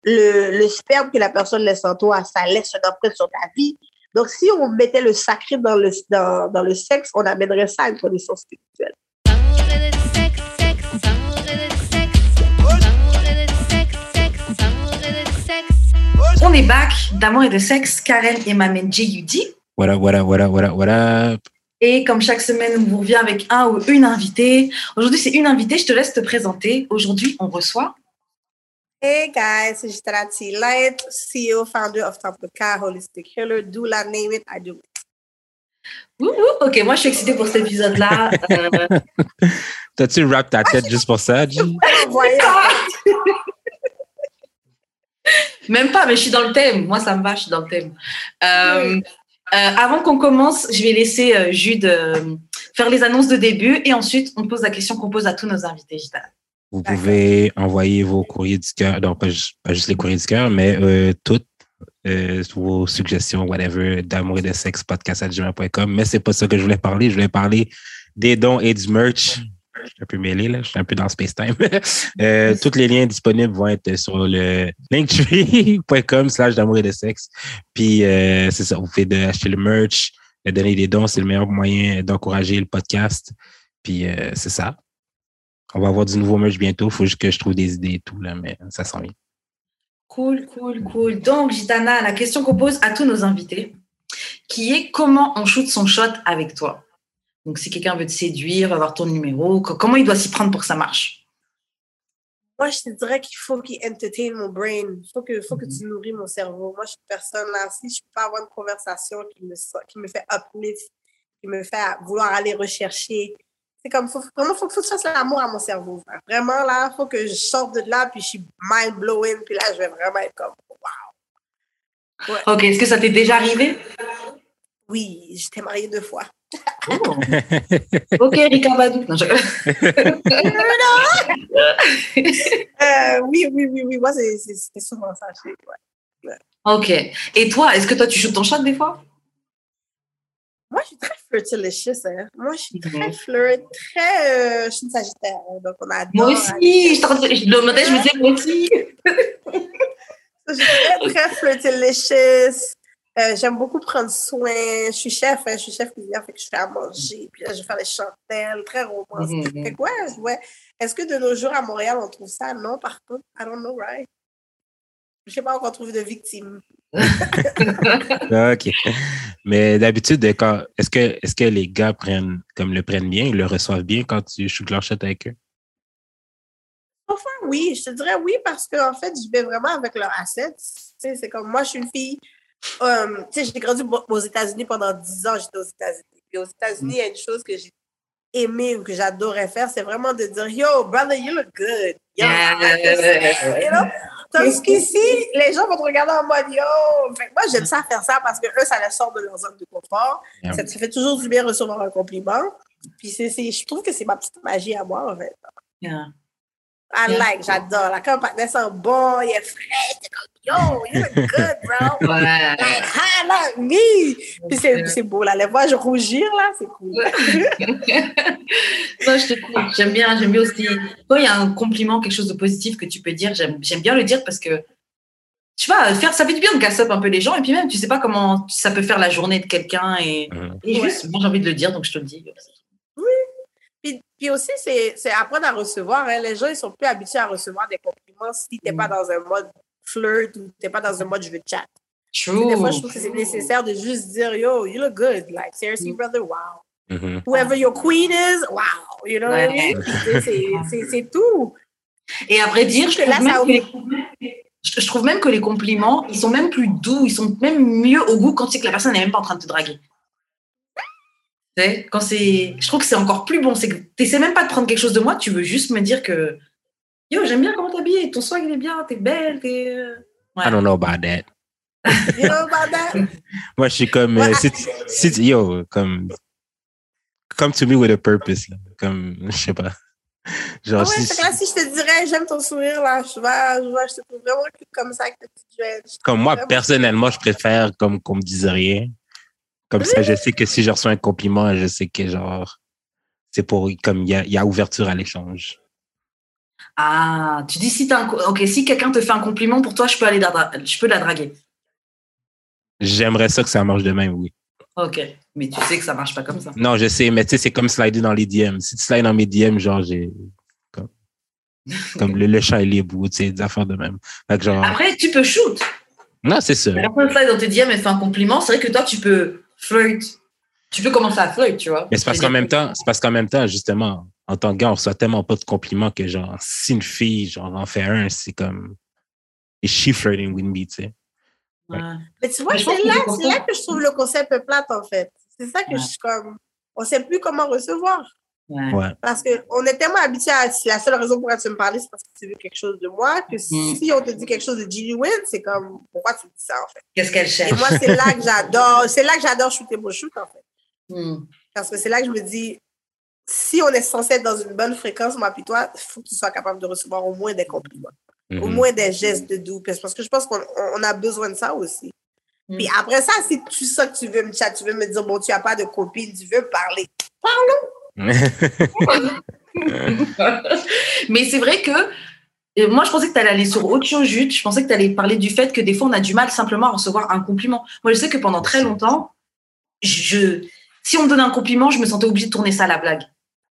le sperme que la personne laisse en toi, ça laisse une empreinte sur ta vie. Donc, si on mettait le sacré dans le sexe, on amènerait ça à une condition spirituelle. On est back d'amour et de sexe, Karen et ma main J.U.D. What up? Et comme chaque semaine, on vous revient avec un ou une invitée. Aujourd'hui, c'est une invitée, je te laisse te présenter. Aujourd'hui, on reçoit... Hey guys, c'est Gitana T-Light, CEO, founder of Tampoka Holistic Healer. Doula, name it, I do it. Ok, moi je suis excitée pour cet épisode-là. T'as-tu rap ta tête juste pour ça, G? Même pas, mais je suis dans le thème. Moi, ça me va, je suis dans le thème. Avant qu'on commence, je vais laisser Jude faire les annonces de début et ensuite, on pose la question qu'on pose à tous nos invités, Gitana. Vous pouvez envoyer vos courriers du cœur, non pas juste les courriers du cœur, mais toutes vos suggestions, whatever, d'amour et de sexe, podcast@gmail.com. Mais c'est pas ça que je voulais parler. Je voulais parler des dons et du merch. Je suis un peu mêlé, là. Je suis un peu dans Space-Time. Tous les liens disponibles vont être sur le linktree.com/d'amour et de sexe. Puis, c'est ça. Vous pouvez acheter le merch, donner des dons. C'est le meilleur moyen d'encourager le podcast. Puis, c'est ça. On va avoir du nouveau merch bientôt. Il faut juste que je trouve des idées et tout, là, mais ça s'en vient. Cool. Donc, Gitana, la question qu'on pose à tous nos invités, qui est comment on shoot son shot avec toi? Donc, si quelqu'un veut te séduire, avoir ton numéro, comment il doit s'y prendre pour que ça marche? Moi, je te dirais qu'il faut qu'il entertain mon brain. Il faut que tu nourris mon cerveau. Moi, je suis une personne là, si je peux pas avoir une conversation qui me fait uplift, qui me fait vouloir aller rechercher. C'est comme, faut que je fasse l'amour à mon cerveau. Vraiment, là, faut que je sorte de là, puis je suis mind-blowing, puis là, je vais vraiment être comme, wow. Ouais. Ok, est-ce que ça t'est déjà arrivé? Oui, j'étais mariée 2 fois. Oh. Ok, Rika Badou. Non, oui. Moi, c'était souvent ça. Ouais. Ok. Et toi, est-ce que toi, tu shootes ton shot des fois? Moi, je suis très flirtalicious. Hein. Moi, je suis très je suis une Sagittaire. Hein, donc, on adore. Moi aussi. Je me disais, moi aussi. Je suis très flirtalicious. J'aime beaucoup prendre soin. Je suis chef cuisinière, fait que je fais à manger. Puis là, je vais faire les chantelles, très romantique. Fait que ouais. Est-ce que de nos jours à Montréal, on trouve ça? Non, par contre, I don't know, right? Je sais pas encore trouver de victimes. OK. Mais d'habitude, est-ce que les gars le prennent bien, ils le reçoivent bien quand tu shootes leur shot avec eux? Enfin, oui. Je te dirais oui parce qu'en fait, je vais vraiment avec leurs assets. C'est comme moi, je suis une fille. J'ai grandi aux États-Unis pendant 10 ans, j'étais aux États-Unis. Puis aux États-Unis, il y a une chose que j'ai aimée ou que j'adorais faire, c'est vraiment de dire Yo, brother, you look good. Yo, you know? Tandis qu'ici, les gens vont te regarder en mode Yo. Fait que moi, j'aime ça faire ça parce que eux, ça les sort de leur zone de confort. Yeah. Ça te fait toujours du bien recevoir un compliment. Puis je trouve que c'est ma petite magie à moi, en fait. Yeah. J'adore. La campagne sent bon, il est frais. C'est comme, yo, you look good, bro. Ouais. Like, like me. Puis c'est beau, là. Les voix, je rougir, là, c'est cool. Non, je te cool. J'aime bien aussi. Quand il y a un compliment, quelque chose de positif que tu peux dire, j'aime bien le dire parce que, tu vois, ça fait du bien de gasser un peu les gens. Et puis même, tu sais pas comment ça peut faire la journée de quelqu'un. Et juste, moi, j'ai envie de le dire, donc je te le dis. Oui. Puis aussi, c'est apprendre à recevoir. Hein. Les gens, ils sont plus habitués à recevoir des compliments si tu n'es pas dans un mode flirt ou tu n'es pas dans un mode je veux chat. True. Des fois, je trouve que c'est nécessaire de juste dire Yo, you look good. Like, seriously, brother, wow. Mm-hmm. Whoever your queen is, wow. You know what I mean? C'est tout. Et à vrai dire, je trouve même que les compliments, ils sont même plus doux, ils sont même mieux au goût quand c'est que la personne n'est même pas en train de te draguer. Je trouve que c'est encore plus bon. C'est que tu n'essaies même pas de prendre quelque chose de moi, tu veux juste me dire que yo, j'aime bien comment t'habilles, ton swag il est bien, t'es belle, t'es. Ouais. I don't know about that. You know about that? Moi, je suis comme. Come to me with a purpose. Là. Comme, je sais pas. Genre, si je te dirais, j'aime ton sourire, là, je te trouve vraiment comme ça avec ta petite juelle. Comme moi, personnellement, je préfère qu'on me dise rien. Comme ça, je sais que si je reçois un compliment, je sais que genre, c'est pour, comme il y a ouverture à l'échange. Ah, tu dis si quelqu'un te fait un compliment, pour toi, je peux la draguer. J'aimerais ça que ça marche de même, oui. Ok, mais tu sais que ça marche pas comme ça. Non, je sais, mais tu sais, c'est comme slider dans les DM. Si tu slides dans mes DM, genre, comme le chat est libre ou tu sais, des affaires de même. Fait que genre, Après, tu peux shoot. non, c'est ça. La personne slide dans tes DM et fait un compliment, c'est vrai que toi, tu peux flirt. Tu peux commencer à flirt, tu vois. Mais c'est parce qu'en même temps, justement, en tant que gars, on reçoit tellement pas de compliments que genre, si une fille, genre, en fait un, c'est comme, is she flirting with me, tu sais. Ouais. Mais tu vois, Mais je pense c'est que là que je trouve le concept plate, en fait. C'est ça que je suis comme, on sait plus comment recevoir. Ouais. Parce qu'on est tellement habitué à, si la seule raison pour laquelle tu me parlais, c'est parce que tu veux quelque chose de moi, que si on te dit quelque chose de genuine, c'est comme, pourquoi tu me dis ça, en fait? Qu'est-ce qu'elle cherche? Et moi, c'est là que j'adore shooter mon shoot, en fait. Parce que c'est là que je me dis, si on est censé être dans une bonne fréquence, moi puis toi, il faut que tu sois capable de recevoir au moins des compliments, au moins des gestes de doux, parce que je pense qu'on a besoin de ça aussi. Puis après ça, si tu sens que tu veux me chat, tu veux me dire, bon, tu n'as pas de copine, tu veux parler, parlons! Mais c'est vrai que moi, je pensais que tu allais aller sur autre chose, Jute. Je pensais que tu allais parler du fait que des fois, on a du mal simplement à recevoir un compliment. Moi, je sais que pendant très longtemps, si on me donnait un compliment, je me sentais obligée de tourner ça à la blague.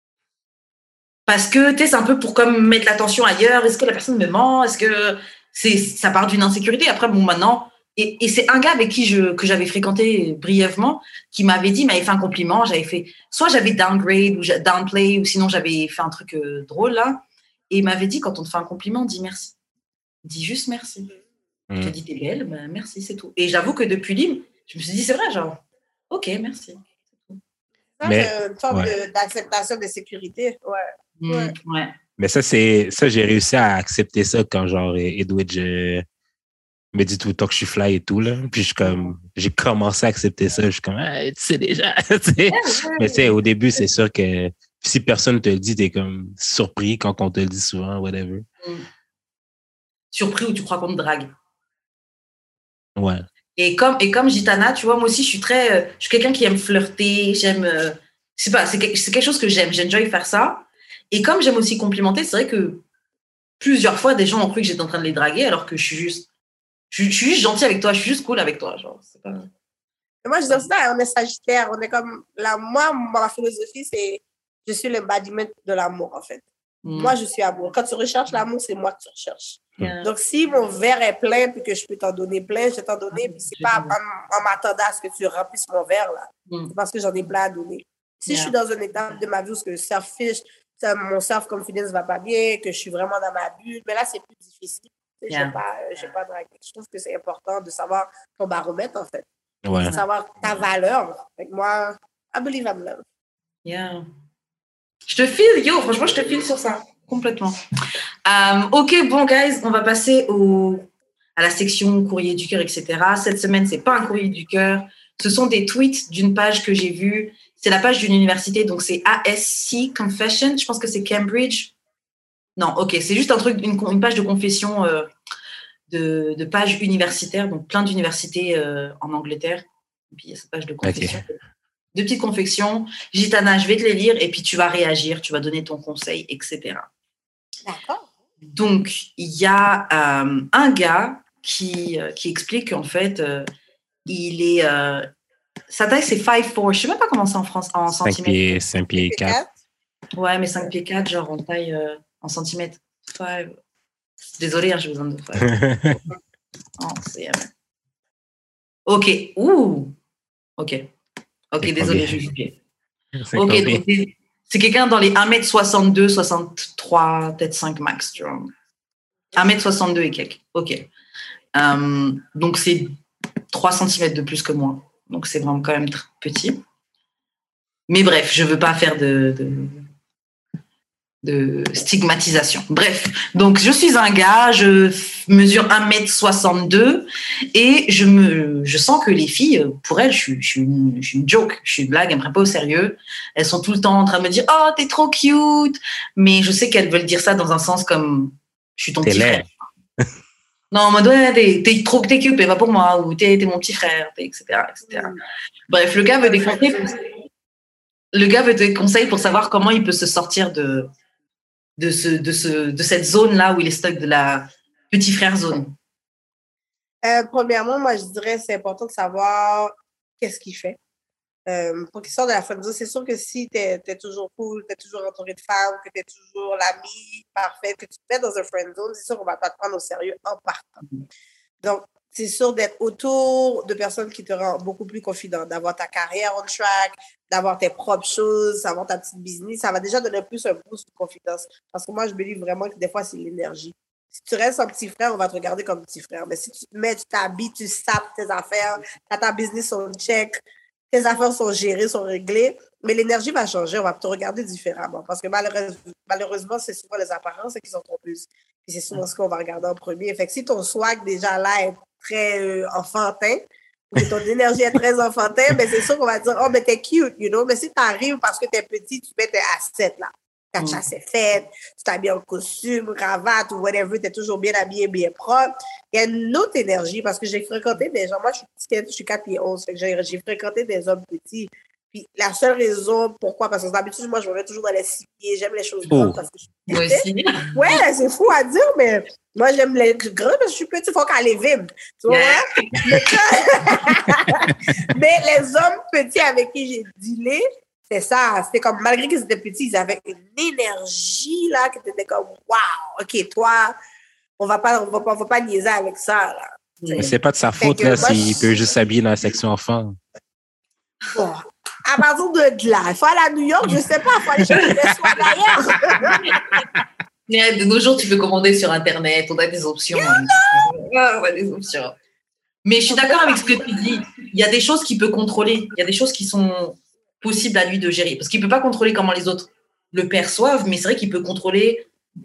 Parce que, tu sais, c'est un peu pour comme mettre l'attention ailleurs. Est-ce que la personne me ment? Est-ce que ça part d'une insécurité? Après, bon, maintenant... Et c'est un gars avec qui que j'avais fréquenté brièvement qui m'avait dit, il m'avait fait un compliment. Soit j'avais downgrade ou downplay, ou sinon j'avais fait un truc drôle, là. Et il m'avait dit, quand on te fait un compliment, dis merci. Dis juste merci. Je te dis, t'es belle, ben, merci, c'est tout. Et j'avoue que depuis lui, je me suis dit, c'est vrai, genre, ok, merci. C'est une forme d'acceptation de sécurité. Ouais. Mais ça, j'ai réussi à accepter ça quand, genre, Edwidge me dit tout le temps que je suis fly et tout, là. Puis j'ai commencé à accepter ça. Je suis comme, tu sais déjà. Mais tu sais, au début, c'est sûr que si personne te le dit, t'es comme surpris quand on te le dit souvent, whatever. Surpris ou tu crois qu'on te drague. Ouais. Et comme Gitana, tu vois, moi aussi, je suis quelqu'un qui aime flirter, j'aime, je sais pas, c'est quelque chose que j'enjoy faire ça. Et comme j'aime aussi complimenter, c'est vrai que plusieurs fois, des gens ont cru que j'étais en train de les draguer, alors que je suis juste gentille avec toi, je suis juste cool avec toi, genre, c'est pas... Et moi, je dis ça, on est sagittaire, on est comme, moi, ma philosophie, c'est, je suis l'embodiment de l'amour, en fait. Moi, je suis amour. Quand tu recherches l'amour, c'est moi que tu recherches. Donc, si mon verre est plein puis que je peux t'en donner plein, je vais t'en donner. Puis c'est pas en m'attendant à ce que tu remplisses mon verre, là. C'est parce que j'en ai plein à donner. Si je suis dans une étape de ma vie où mon self-confidence va pas bien, que je suis vraiment dans ma bulle, mais là, c'est plus difficile. Je n'ai pas dragué. Je trouve que c'est important de savoir ton baromètre, en fait. Ouais. De savoir ta valeur. Fait que moi, I believe I'm love. Yeah. Je te file, franchement, je te file sur ça. Complètement. Ok, bon, guys, on va passer à la section courrier du cœur, etc. Cette semaine, c'est pas un courrier du cœur. Ce sont des tweets d'une page que j'ai vue. C'est la page d'une université, donc c'est ASC Confession. Je pense que c'est Cambridge. Non, ok, c'est juste un truc, une page de confession de page universitaire, donc plein d'universités en Angleterre. Et puis il y a cette page de confession. Okay. De petites confessions. Gitana, je vais te les lire et puis tu vas réagir, tu vas donner ton conseil, etc. D'accord. Donc, il y a un gars qui explique qu'en fait, il est... sa taille, c'est 5'4". Je ne sais même pas comment c'est en France, en centimètres. 5 pieds 4. Ouais, mais 5 pieds 4, genre en taille en centimètres. 5. Désolée, j'ai besoin de 5. Oh, c'est... Ok. Ouh. Ok, désolé, j'ai oublié. Ok, donc c'est quelqu'un dans les 1m62, 63, peut-être 5 max, tu vois. 1m62 et quelques. Ok. Donc c'est 3 cm de plus que moi. Donc c'est vraiment quand même petit. Mais bref, je ne veux pas faire de stigmatisation. Bref, donc je suis un gars, je mesure 1m62 et je sens que les filles, pour elles, je suis une joke, je suis une blague, elles me prennent pas au sérieux. Elles sont tout le temps en train de me dire « Oh, t'es trop cute !» Mais je sais qu'elles veulent dire ça dans un sens comme « Je suis ton petit frère ». Non, en mode « Ouais, t'es cute, mais pas pour moi » ou « T'es mon petit frère », etc., etc. Bref, le gars veut des conseils. Le gars veut des conseils pour savoir comment il peut se sortir de cette zone-là où il est stock de la petit frère zone? Premièrement, moi, je dirais c'est important de savoir qu'est-ce qu'il fait. Pour qu'il sorte de la friend zone, c'est sûr que si t'es toujours cool, t'es toujours entouré de femmes, que t'es toujours l'ami parfaite, que tu te mets dans un friend zone, c'est sûr qu'on va pas te prendre au sérieux en partant. Donc, c'est sûr d'être autour de personnes qui te rendent beaucoup plus confident, d'avoir ta carrière on track, d'avoir tes propres choses, d'avoir ta petite business, ça va déjà donner plus un boost de confiance. Parce que moi, je me dis vraiment que des fois, c'est l'énergie. Si tu restes un petit frère, on va te regarder comme petit frère. Mais si tu te mets, tu t'habilles, tu sapes tes affaires, tu as ta business on check, tes affaires sont gérées, sont réglées, mais l'énergie va changer, on va te regarder différemment. Parce que malheureusement, c'est souvent les apparences qui sont trompeuses. Puis c'est souvent ce qu'on va regarder en premier. Fait que si ton swag déjà là est très enfantin, ou que ton énergie est très enfantin, ben c'est sûr qu'on va dire, oh, mais t'es cute, you know. Mais si t'arrives parce que t'es petit, tu mets tes assets là. Ta chasse est faite, tu t'habilles en costume, cravate ou whatever, t'es toujours bien habillé, bien propre. Il y a une autre énergie parce que j'ai fréquenté des gens. Moi, je suis petite, je suis 4 pieds 11. Fait que j'ai fréquenté des hommes petits. Puis la seule raison pourquoi, parce que d'habitude, moi, je me mets toujours dans les 6 pieds. J'aime les choses grandes parce que je suis petite. Moi aussi. Ouais, c'est fou à dire, mais moi, j'aime les grands parce que je suis petite. Il faut qu'elle les vibre. Tu vois? Mais les hommes petits avec qui j'ai dealé, c'est ça. C'était comme, malgré qu'ils étaient petits, ils avaient une énergie, là, qui était comme, waouh, OK, toi, on va pas niaiser avec ça, là. Mais c'est pas de sa faute, là, s'il peut juste s'habiller dans la section enfant. Bon. À partir de là, il faut aller à New York, je sais pas, il faut aller chercher des soins d'ailleurs. De nos jours, tu peux commander sur Internet, on a des options. On a des options. Mais je suis d'accord avec ce que tu dis. Il y a des choses qu'il peut contrôler. Il y a des choses qui sont possibles à lui de gérer. Parce qu'il ne peut pas contrôler comment les autres le perçoivent, mais c'est vrai qu'il peut contrôler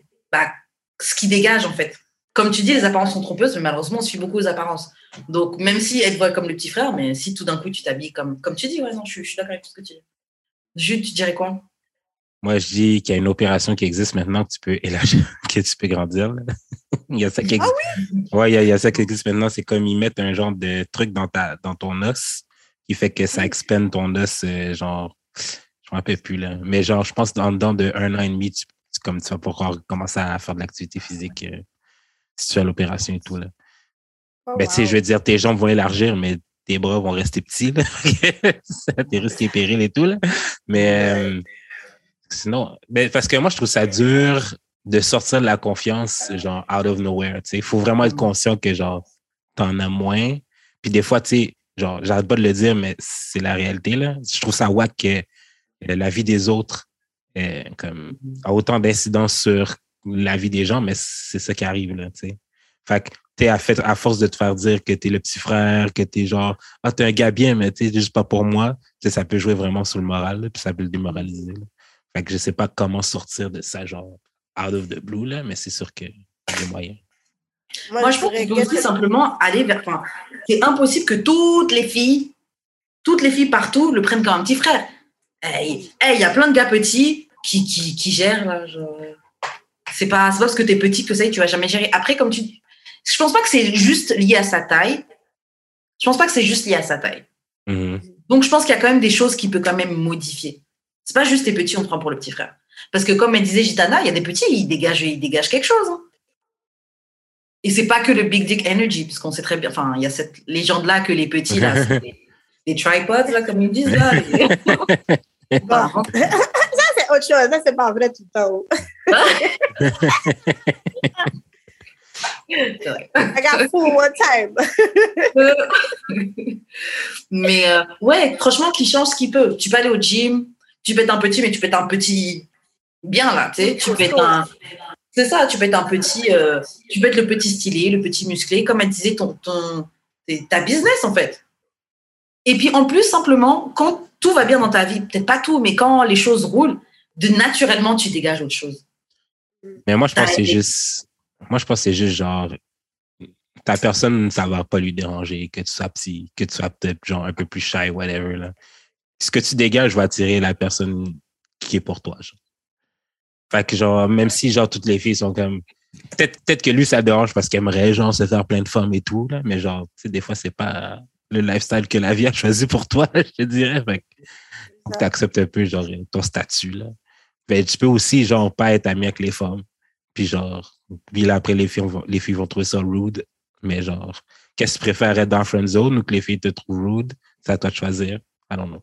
ce qui dégage, en fait. Comme tu dis, les apparences sont trompeuses, mais malheureusement, on suit beaucoup aux apparences. Donc, même si elle te voit comme le petit frère, mais si tout d'un coup, tu t'habilles comme tu dis, ouais, non, je suis d'accord avec tout ce que tu dis. Jude, tu dirais quoi? Moi, je dis qu'il y a une opération qui existe maintenant que tu peux élargir, que tu peux grandir. Là. Il y a ça qui existe. Ah oui? Ouais, il y a ça qui existe maintenant. C'est comme ils mettent un genre de truc dans ton os qui fait que ça expande ton os, genre, je me rappelle plus, là. Mais genre, je pense dans dedans de 1 an et demi, tu vas pouvoir commencer à faire de l'activité physique si tu fais l'opération et tout, là. Oh, ben, tu sais, je veux dire, tes jambes vont élargir, mais tes bras vont rester petits, là. Tes risques et périls et tout, là. Mais sinon, ben, parce que moi, je trouve ça dur de sortir de la confiance, genre, out of nowhere, tu sais. Il faut vraiment être conscient que, genre, t'en as moins. Puis des fois, tu sais, genre, j'arrête pas de le dire, mais c'est la réalité, là. Je trouve ça wack que la vie des autres comme, a autant d'incidence sur la vie des gens, mais c'est ça qui arrive, là, tu sais. Fait que t'es à force de te faire dire que t'es le petit frère, que t'es genre, ah, t'es un gars bien, mais t'es juste pas pour moi, tu sais, ça peut jouer vraiment sur le moral, là, puis ça peut le démoraliser, là. Fait que je sais pas comment sortir de ça, genre, out of the blue, là, mais c'est sûr qu'il y a des moyens. Moi, je pense qu'il faut aussi simplement aller vers... Enfin, c'est impossible que toutes les filles partout le prennent comme un petit frère. Il y a plein de gars petits qui gèrent, là, genre... C'est pas parce que t'es petit que ça y est, tu vas jamais gérer. Après, comme tu... Je pense pas que c'est juste lié à sa taille. Mm-hmm. Donc, je pense qu'il y a quand même des choses qu'il peut quand même modifier. C'est pas juste t'es petit, on te prend pour le petit frère. Parce que comme elle disait Gitana, il y a des petits, ils dégagent quelque chose. Hein. Et c'est pas que le big dick energy, puisqu'on sait très bien, enfin, il y a cette légende-là que les petits, là, c'est des tripods, là, comme ils disent, là. Bon. Ça, c'est autre chose. Ça, c'est pas vrai tout le temps. I got full one time. Mais ouais, franchement, qui change ce qu'il peut. Tu peux aller au gym, tu peux être un petit, mais tu peux être un petit bien, là, tu sais. Tu peux être un... C'est ça, tu peux être un petit... tu peux être le petit stylé, le petit musclé, comme elle disait, ta business, en fait. Et puis, en plus, simplement, quand tout va bien dans ta vie, peut-être pas tout, mais quand les choses roulent, naturellement, tu dégages autre chose. Mais moi, je pense que c'est juste... Moi, je pense que c'est juste genre... Ta personne, ça va pas lui déranger que tu sois petit, que tu sois peut-être genre un peu plus shy, whatever, là. Ce que tu dégages va attirer la personne qui est pour toi, genre. Fait que genre, même si genre toutes les filles sont comme... Peut-être que lui, ça dérange parce qu'il aimerait genre se faire plein de femmes et tout, là, mais genre, tu sais, des fois, c'est pas le lifestyle que la vie a choisi pour toi, je te dirais. Fait que faut que tu acceptes un peu genre ton statut, là. Ben, tu peux aussi, genre, pas être ami avec les femmes. Puis, genre, puis là, après, les filles vont trouver ça rude. Mais, genre, qu'est-ce que tu préfères être dans la friend zone ou que les filles te trouvent rude? C'est à toi de choisir. I don't know.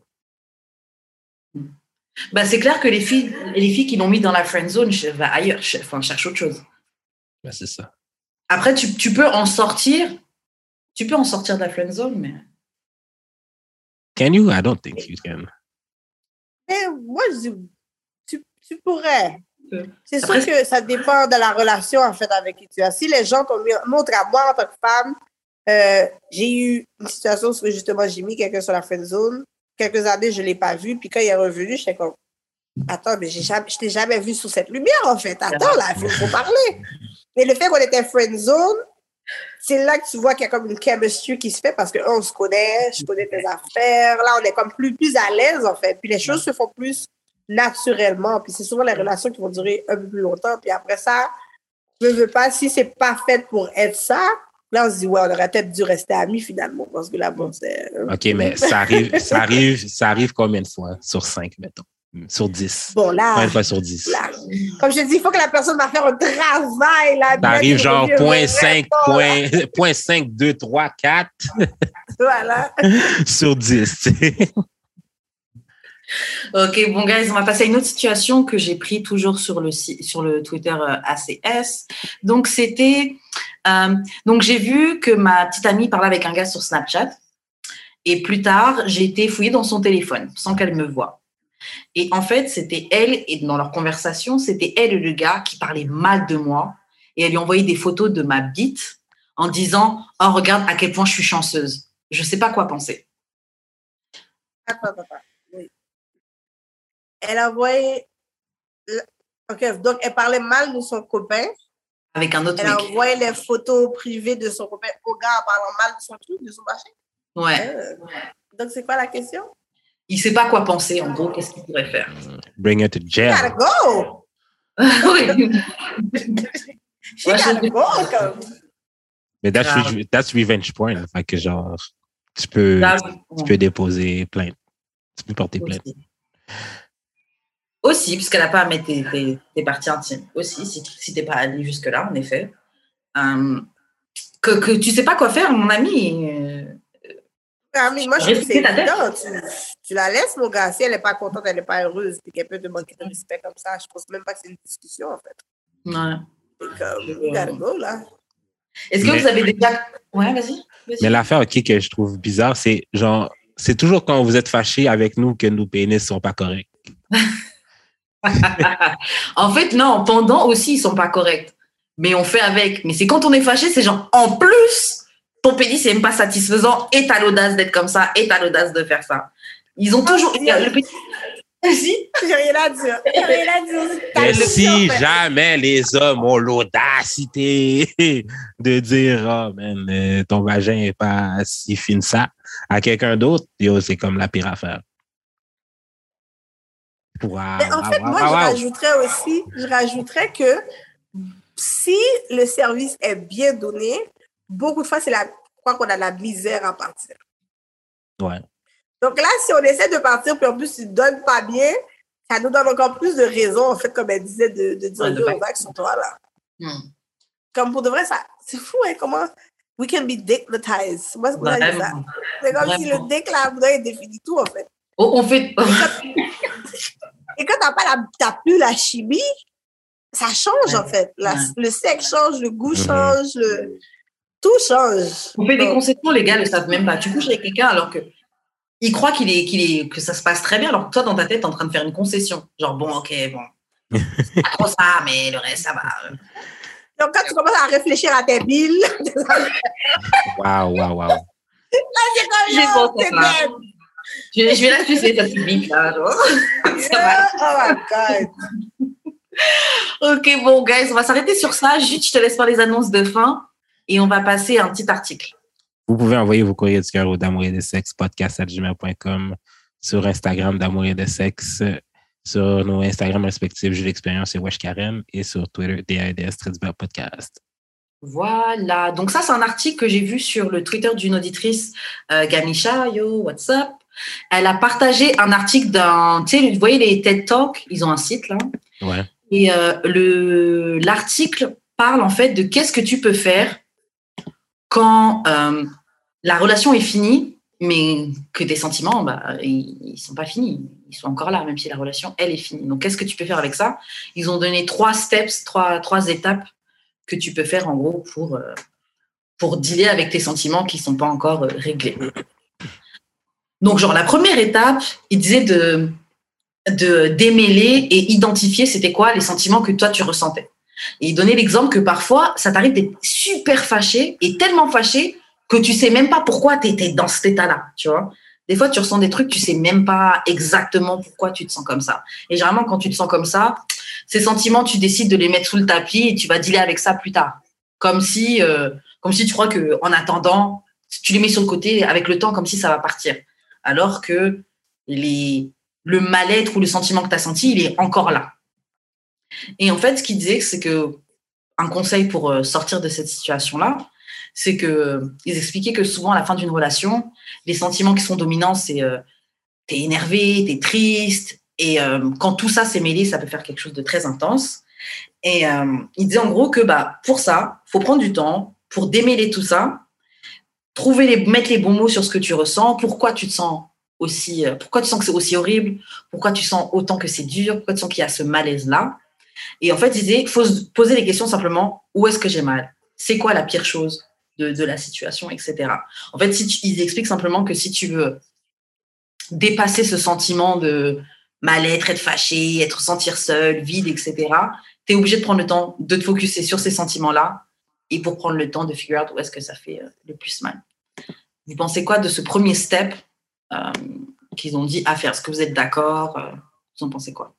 Bah, c'est clair que les filles qui l'ont mis dans la friend zone, ailleurs, cherche autre chose. Ben, c'est ça. Après, tu peux en sortir. Tu peux en sortir de la friend zone, mais. Can you? I don't think you can. Mais moi, je dis, tu pourrais. C'est Après, sûr que ça dépend de la relation, en fait, avec qui tu es. Si les gens t'ont mis, montre à moi, en tant que femme, j'ai eu une situation où, justement, j'ai mis quelqu'un sur la friend zone. Quelques années, je ne l'ai pas vu. Puis quand il est revenu, j'étais comme, attends, mais je t'ai jamais vu sous cette lumière, en fait. Attends, là, il faut parler. Mais le fait qu'on était friend zone, c'est là que tu vois qu'il y a comme une chemistry qui se fait parce qu'on se connaît, je connais tes affaires. Là, on est comme plus à l'aise, en fait. Puis les choses se font plus naturellement. Puis c'est souvent les relations qui vont durer un peu plus longtemps. Puis après ça, je ne veux pas, si c'est pas fait pour être ça, là, on se dit, ouais, on aurait peut-être dû rester amis finalement. Parce que là, bon, c'est. OK, mais ça arrive combien de fois? Sur 5, mettons. Sur 10. Bon, là. Combien de fois sur 10? Là, comme je te dis, il faut que la personne va faire un travail. Là, ça arrive genre 0.5, 2, 3, 4. Voilà. Sur 10. OK, bon, guys, on va passer à une autre situation que j'ai pris toujours sur le Twitter ACS. Donc, c'était... donc, j'ai vu que ma petite amie parlait avec un gars sur Snapchat. Et plus tard, j'ai été fouillée dans son téléphone sans qu'elle me voie. Et en fait, c'était elle, et dans leur conversation, c'était elle et le gars qui parlaient mal de moi. Et elle lui envoyait des photos de ma bite en disant « Oh, regarde à quel point je suis chanceuse. » Je ne sais pas quoi penser. Attends. Oui. Elle a envoyé... OK, donc elle parlait mal de son copain. Avec un autre Elle mec. a envoyé les photos privées de son copain au gars en parlant mal de son truc, de son machin. Ouais. Donc, c'est quoi la question? Il ne sait pas quoi penser, en gros. Qu'est-ce qu'il pourrait faire? Bring her to jail. She gotta go! Oui. She gotta go, comme. Mais that's revenge porn. Fait que genre, tu peux déposer plainte. Tu peux porter plainte. Aussi, puisqu'elle n'a pas à mettre tes parties intimes. Aussi, si tu n'es pas allé jusque-là, en effet. Que tu ne sais pas quoi faire, mon ami. Mais moi, je trouve que c'est évident. Tu la laisses, mon gars. Si elle n'est pas contente, elle n'est pas heureuse, puis qu'elle peut te manquer de respect comme ça, je pense même pas que c'est une discussion, en fait. Ouais. C'est comme, you gotta go, là. Est-ce que vous avez déjà... Ouais, vas-y. Mais l'affaire, OK, que je trouve bizarre, c'est genre, c'est toujours quand vous êtes fâchés avec nous que nos pénis sont pas corrects. En fait, non, pendant aussi, ils sont pas corrects. Mais on fait avec. Mais c'est quand on est fâché, c'est genre, en plus, ton pénis n'est même pas satisfaisant et t'as l'audace d'être comme ça et t'as l'audace de faire ça. Ils ont toujours... Le pénis... Vas-y, j'ai rien à dire. Et si jamais les hommes ont l'audacité de dire « Oh, man, ton vagin n'est pas si fin ça » à quelqu'un d'autre, yo, c'est comme la pire affaire. Wow, mais en fait, moi, je rajouterais que si le service est bien donné, beaucoup de fois, c'est quoi qu'on a de la misère à partir. Ouais. Donc là, si on essaie de partir, puis en plus, tu ne donnes pas bien, ça nous donne encore plus de raisons, en fait, comme elle disait, de dire aux vagues sur toi, là. Comme pour de vrai, c'est fou, hein, comment we can be dickmatized. Moi, c'est pour ça que je dis ça. C'est comme si le dick, là, vous avez défini tout, en fait. On fait... Et quand t'as plus la chimie, ça change, en fait. Le sexe change, le goût change, tout change. On fait des concessions, les gars ne le savent même pas. Tu couches avec quelqu'un alors que il croit que ça se passe très bien, alors que toi, dans ta tête, t'es en train de faire une concession. Genre, bon, ok, bon. C'est pas trop ça, mais le reste, ça va. Donc, quand tu commences à réfléchir à tes billes... Wow. Là, c'est comme, c'est bête. Je vais la sucer, ta petite bille, là, genre. Ça va. Oh my God. Ok, bon, guys, on va s'arrêter sur ça. Juste, je te laisse faire les annonces de fin et on va passer à un petit article. Vous pouvez envoyer vos courriers du cœur au d'amour et de sexe podcast@gmail.com, sur Instagram d'amour et de sexe, sur nos Instagram respectifs Jules Expérience et Wesh Karen, et sur Twitter DAEDS podcast. Voilà, donc ça c'est un article que j'ai vu sur le Twitter d'une auditrice, Gamisha, yo, what's up? Elle a partagé un article d'un, tu sais, vous voyez les TED Talk, ils ont un site là. Ouais. Et l'article parle en fait de qu'est-ce que tu peux faire quand la relation est finie, mais que tes sentiments, ils sont pas finis. Ils sont encore là, même si la relation, elle, est finie. Donc, qu'est-ce que tu peux faire avec ça? Ils ont donné 3 steps, trois étapes que tu peux faire en gros pour dealer avec tes sentiments qui sont pas encore réglés. Donc, genre, la première étape, il disait de démêler et identifier c'était quoi les sentiments que toi tu ressentais. Et il donnait l'exemple que parfois, ça t'arrive d'être super fâché et tellement fâché que tu sais même pas pourquoi tu étais dans cet état-là, tu vois. Des fois, tu ressens des trucs, tu sais même pas exactement pourquoi tu te sens comme ça. Et généralement, quand tu te sens comme ça, ces sentiments, tu décides de les mettre sous le tapis et tu vas dealer avec ça plus tard. Comme si tu crois que en attendant, tu les mets sur le côté avec le temps, comme si ça va partir. Alors que le mal-être ou le sentiment que tu as senti, il est encore là. Et en fait, ce qu'il disait, c'est que un conseil pour sortir de cette situation-là, c'est que ils expliquaient que souvent à la fin d'une relation, les sentiments qui sont dominants, c'est t'es énervé, t'es triste, et quand tout ça s'est mêlé, ça peut faire quelque chose de très intense. Et il disait en gros que pour ça, faut prendre du temps pour démêler tout ça, mettre les bons mots sur ce que tu ressens, pourquoi tu sens que c'est aussi horrible, pourquoi tu sens autant que c'est dur, pourquoi tu sens qu'il y a ce malaise-là. Et en fait, il disait qu'il faut se poser les questions simplement, où est-ce que j'ai mal? C'est quoi la pire chose de la situation, etc. En fait, ils expliquent simplement que si tu veux dépasser ce sentiment de mal-être, être fâché, être sentir seul, vide, etc., tu es obligé de prendre le temps de te focuser sur ces sentiments-là et pour prendre le temps de figure out où est-ce que ça fait le plus mal. Vous pensez quoi de ce premier step qu'ils ont dit à faire? Est-ce que vous êtes d'accord? Vous en pensez quoi?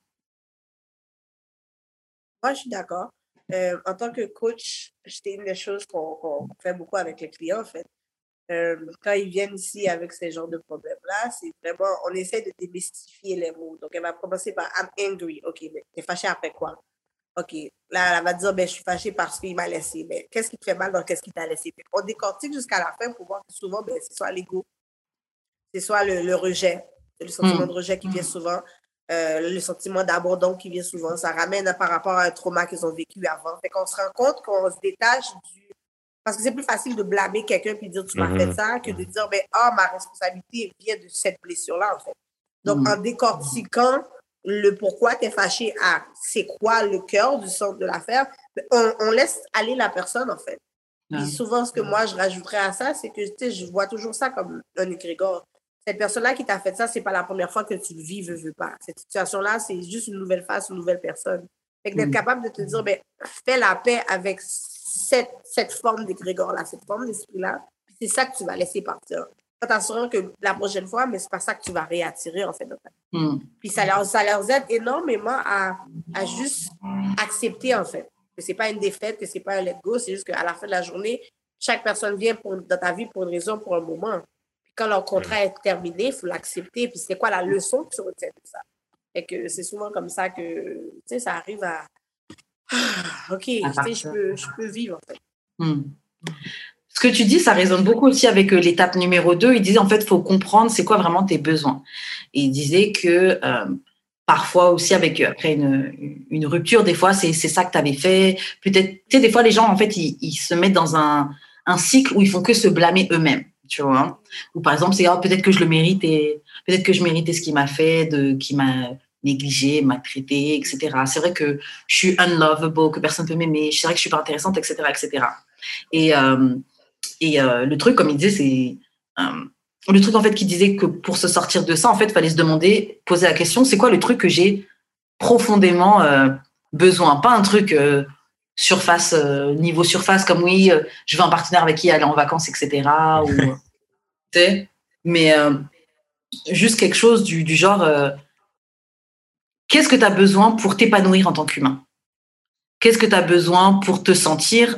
Moi, je suis d'accord. En tant que coach, c'est une des choses qu'on fait beaucoup avec les clients, en fait. Quand ils viennent ici avec ces genres de problèmes-là, c'est vraiment, on essaie de démystifier les mots. Donc, elle va commencer par I'm angry. OK, mais t'es fâché après quoi? OK, là, elle va dire, ben, je suis fâchée parce qu'il m'a laissé. Mais qu'est-ce qui te fait mal dans qu'est-ce qu'il t'a laissé? On décortique jusqu'à la fin pour voir que souvent, ben, c'est soit l'ego, c'est soit le rejet, le sentiment de rejet qui vient souvent, le sentiment d'abandon qui vient souvent. Ça ramène par rapport à un trauma qu'ils ont vécu avant. Fait qu'on se rend compte qu'on se détache du... Parce que c'est plus facile de blâmer quelqu'un puis de dire tu m'as fait ça que de dire, ben, ma responsabilité vient de cette blessure-là, en fait. Donc, en décortiquant le pourquoi tu es fâché à c'est quoi le cœur du centre de l'affaire, on laisse aller la personne, en fait. Puis souvent, ce que moi, je rajouterais à ça, c'est que, tu sais, je vois toujours ça comme un égrégore. Cette personne-là qui t'a fait ça, c'est pas la première fois que tu le vis, veux pas. Cette situation-là, c'est juste une nouvelle face, une nouvelle personne. Fait que d'être capable de te dire, ben, fais la paix avec cette forme d'égrégore-là, cette forme d'esprit-là, puis c'est ça que tu vas laisser partir. En t'assurant que la prochaine fois, mais c'est pas ça que tu vas réattirer, en fait. Puis ça leur aide énormément à juste accepter, en fait, que c'est pas une défaite, que c'est pas un let go, c'est juste qu'à la fin de la journée, chaque personne vient dans ta vie pour une raison, pour un moment. Quand leur contrat est terminé, il faut l'accepter. Puis c'est quoi la leçon que tu retiens de ça? Et que c'est souvent comme ça que, tu sais, ça arrive à... OK, tu sais, je peux vivre, en fait. Ce que tu dis, ça résonne beaucoup aussi avec l'étape numéro 2. Il disait, en fait, il faut comprendre c'est quoi vraiment tes besoins. Et il disait que parfois aussi, après une rupture, des fois, c'est ça que tu avais fait. Peut-être, tu sais, des fois, les gens, en fait, ils se mettent dans un cycle où ils font que se blâmer eux-mêmes. Tu vois, ou par exemple, c'est peut-être que je le mérite et peut-être que je méritais ce qu'il m'a fait, qui m'a négligé, maltraité, etc. C'est vrai que je suis unlovable, que personne ne peut m'aimer, c'est vrai que je suis pas intéressante, etc., etc. Et le truc, comme il disait, c'est le truc en fait qui disait que pour se sortir de ça, en fait, il fallait se demander, poser la question, c'est quoi le truc que j'ai profondément besoin, pas un truc surface, niveau surface, comme oui, je veux un partenaire avec qui aller en vacances, etc. Ou, mais juste quelque chose du genre, qu'est-ce que tu as besoin pour t'épanouir en tant qu'humain? Qu'est-ce que tu as besoin pour te sentir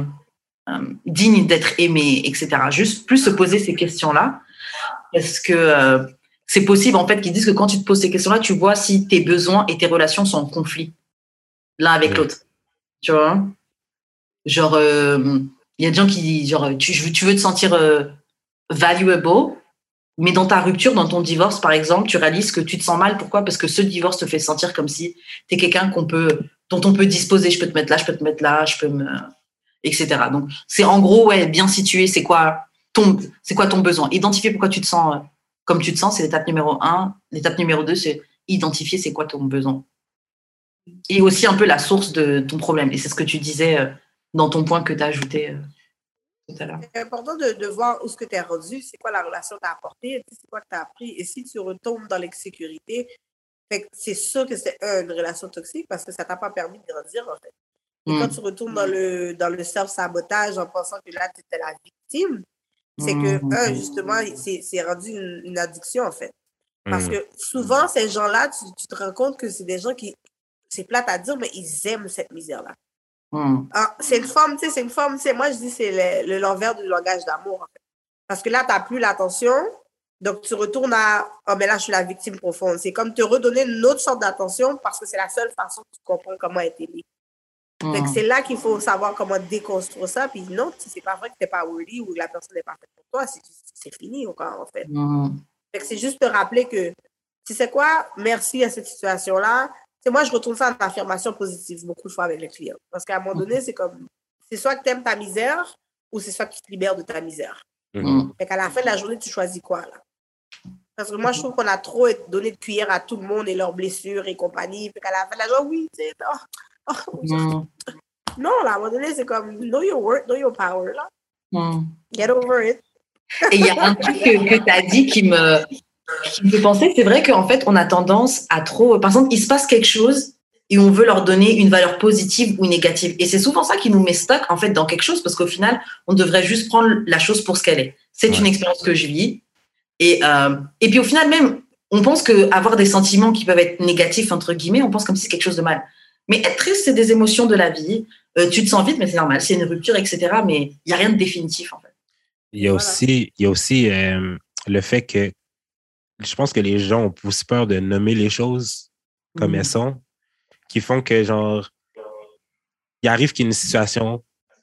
digne d'être aimé, etc. Juste plus se poser ces questions-là, parce que c'est possible, en fait, qu'ils disent que quand tu te poses ces questions-là, tu vois si tes besoins et tes relations sont en conflit l'un avec l'autre. Tu vois? Genre, il y a des gens qui disent, genre, tu veux te sentir valuable, Mais dans ta rupture, dans ton divorce, par exemple, tu réalises que tu te sens mal. Pourquoi? Parce que ce divorce te fait sentir comme si tu es quelqu'un dont on peut disposer. Je peux te mettre là, je peux te mettre là, etc. Donc, c'est en gros, bien situé. C'est quoi ton besoin? Identifier pourquoi tu te sens comme tu te sens, c'est l'étape numéro 1. L'étape numéro 2, c'est identifier c'est quoi ton besoin. Et aussi un peu la source de ton problème. Et c'est ce que tu disais dans ton point que tu as ajouté tout à l'heure. C'est important de voir où ce que tu es rendu, c'est quoi la relation que tu as apportée, c'est quoi que tu as appris. Et si tu retombes dans l'insécurité, c'est sûr que c'est une relation toxique parce que ça ne t'a pas permis de grandir, en fait. Et quand tu retournes dans le self-sabotage en pensant que là, tu étais la victime, c'est que, justement, c'est rendu une addiction, en fait. Parce que souvent, ces gens-là, tu te rends compte que c'est des gens qui, c'est plate à dire, mais ils aiment cette misère-là. C'est une forme, moi je dis c'est l'envers du langage d'amour, en fait. Parce que là, tu n'as plus l'attention, donc tu retournes à « oh, mais là, je suis la victime profonde ». C'est comme te redonner une autre sorte d'attention parce que c'est la seule façon que tu comprends comment être aimé. Donc, c'est là qu'il faut savoir comment déconstruire ça. Puis non, c'est pas vrai que tu n'es pas worthy ou que la personne n'est pas faite pour toi. C'est fini encore, en fait. Fait que c'est juste te rappeler que, tu sais quoi, merci à cette situation-là. Tu sais, moi, je retourne ça en affirmation positive beaucoup de fois avec les clients. Parce qu'à un moment donné, c'est comme, c'est soit que tu aimes ta misère ou c'est soit que tu te libères de ta misère. Fait qu'à la fin de la journée, tu choisis quoi, là? Parce que moi, je trouve qu'on a trop donné de cuillère à tout le monde et leurs blessures et compagnie. Fait qu'à la fin de la journée, oui, tu sais, non, là, à un moment donné, c'est comme, know your worth, know your power, là. Get over it. Et il y a un truc que tu as dit qui me fait penser, c'est vrai qu'en fait, on a tendance à trop... Par exemple, il se passe quelque chose et on veut leur donner une valeur positive ou négative. Et c'est souvent ça qui nous met stock, en fait, dans quelque chose, parce qu'au final, on devrait juste prendre la chose pour ce qu'elle est. C'est une expérience que je vis. Et puis, au final, même, on pense qu'avoir des sentiments qui peuvent être négatifs, entre guillemets, on pense comme si c'est quelque chose de mal. Mais être triste, c'est des émotions de la vie. Tu te sens vite, mais c'est normal. C'est une rupture, etc. Mais il n'y a rien de définitif, en fait. Il y a aussi le fait que je pense que les gens ont plus peur de nommer les choses comme elles sont, qui font que, genre, il arrive qu'il y ait une situation.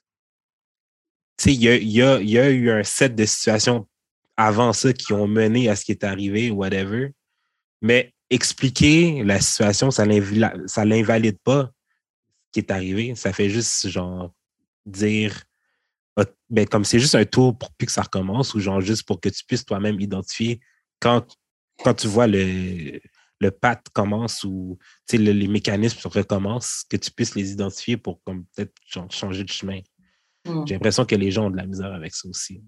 Tu sais, il y a eu un set de situations avant ça qui ont mené à ce qui est arrivé, whatever. Mais expliquer la situation, ça l'invalide pas ce qui est arrivé. Ça fait juste, genre, dire, ben, comme c'est juste un tour pour plus que ça recommence ou, genre, juste pour que tu puisses toi-même identifier quand tu vois le pat commence ou les mécanismes recommencent, que tu puisses les identifier pour comme peut-être changer de chemin. J'ai l'impression que les gens ont de la misère avec ça aussi.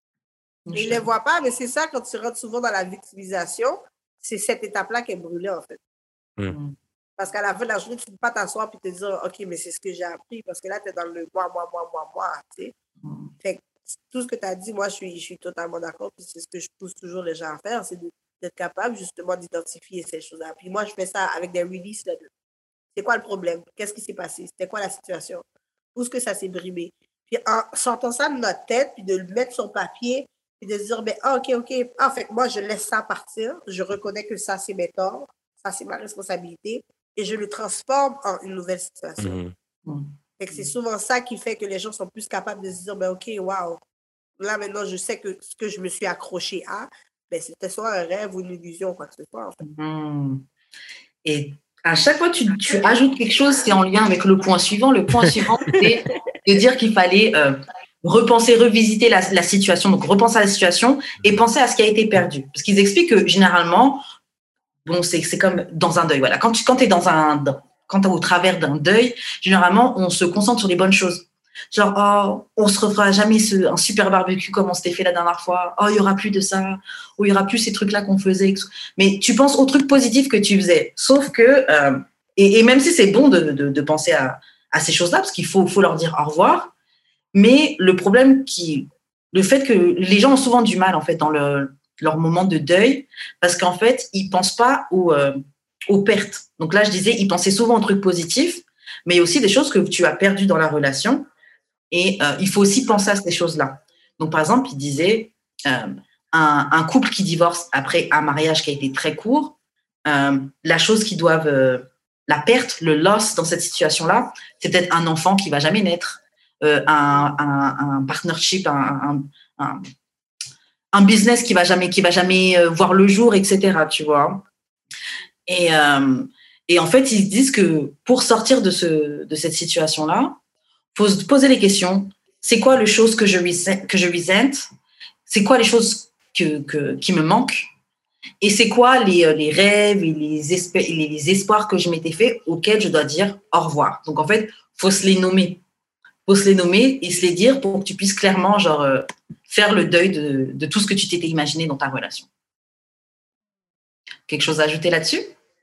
Ils ne le voient pas, mais c'est ça, quand tu rentres souvent dans la victimisation, c'est cette étape-là qui est brûlée, en fait. Parce qu'à la fin de la journée, tu ne peux pas t'asseoir et te dire « OK, mais c'est ce que j'ai appris », parce que là, tu es dans le moi, tu sais. Fait que tout ce que tu as dit, moi, je suis totalement d'accord, puis c'est ce que je pousse toujours les gens à faire, c'est d'être capable, justement, d'identifier ces choses-là. Puis moi, je fais ça avec des releases. C'est quoi le problème? Qu'est-ce qui s'est passé? C'était quoi la situation? Où est-ce que ça s'est brimé? Puis en sortant ça de notre tête, puis de le mettre sur papier, puis de se dire, ben, OK. En fait, moi, je laisse ça partir. Je reconnais que ça, c'est mes torts. Ça, c'est ma responsabilité. Et je le transforme en une nouvelle situation. Fait que c'est souvent ça qui fait que les gens sont plus capables de se dire, ben, OK, wow. Là, maintenant, je sais que ce que je me suis accroché à, ben, c'était soit un rêve ou une illusion, quoi que ce soit, en fait. Et à chaque fois que tu ajoutes quelque chose, c'est en lien avec le point suivant. Le point suivant, c'est de dire qu'il fallait repenser, revisiter la situation. Donc, repenser à la situation et penser à ce qui a été perdu. Parce qu'ils expliquent que généralement, bon, c'est comme dans un deuil. Voilà. Quand tu es au travers d'un deuil, généralement, on se concentre sur les bonnes choses. Genre, oh, on se refera jamais un super barbecue comme on s'était fait la dernière fois. Oh, il y aura plus de ça. Oh, il y aura plus ces trucs-là qu'on faisait. Mais tu penses aux trucs positifs que tu faisais. Sauf que, et même si c'est bon de penser à ces choses-là, parce qu'il faut leur dire au revoir. Mais le problème le fait que les gens ont souvent du mal, en fait, dans leur moment de deuil, parce qu'en fait, ils pensent pas aux pertes. Donc là, je disais, ils pensaient souvent aux trucs positifs, mais il y a aussi des choses que tu as perdues dans la relation. Et il faut aussi penser à ces choses-là. Donc, par exemple, il disait, un couple qui divorce après un mariage qui a été très court, la chose qu'ils doivent, la perte, le loss dans cette situation-là, c'est peut-être un enfant qui va jamais naître, un partnership, un business qui va jamais voir le jour, etc. Tu vois. Et en fait, ils se disent que pour sortir de cette situation-là, faut se poser les questions. C'est quoi les choses que je resent? C'est quoi les choses qui me manquent? Et c'est quoi les rêves et les espoirs que je m'étais fait auxquels je dois dire au revoir? Donc, en fait, faut se les nommer. Faut se les nommer et se les dire pour que tu puisses clairement faire le deuil de tout ce que tu t'étais imaginé dans ta relation. Quelque chose à ajouter là-dessus?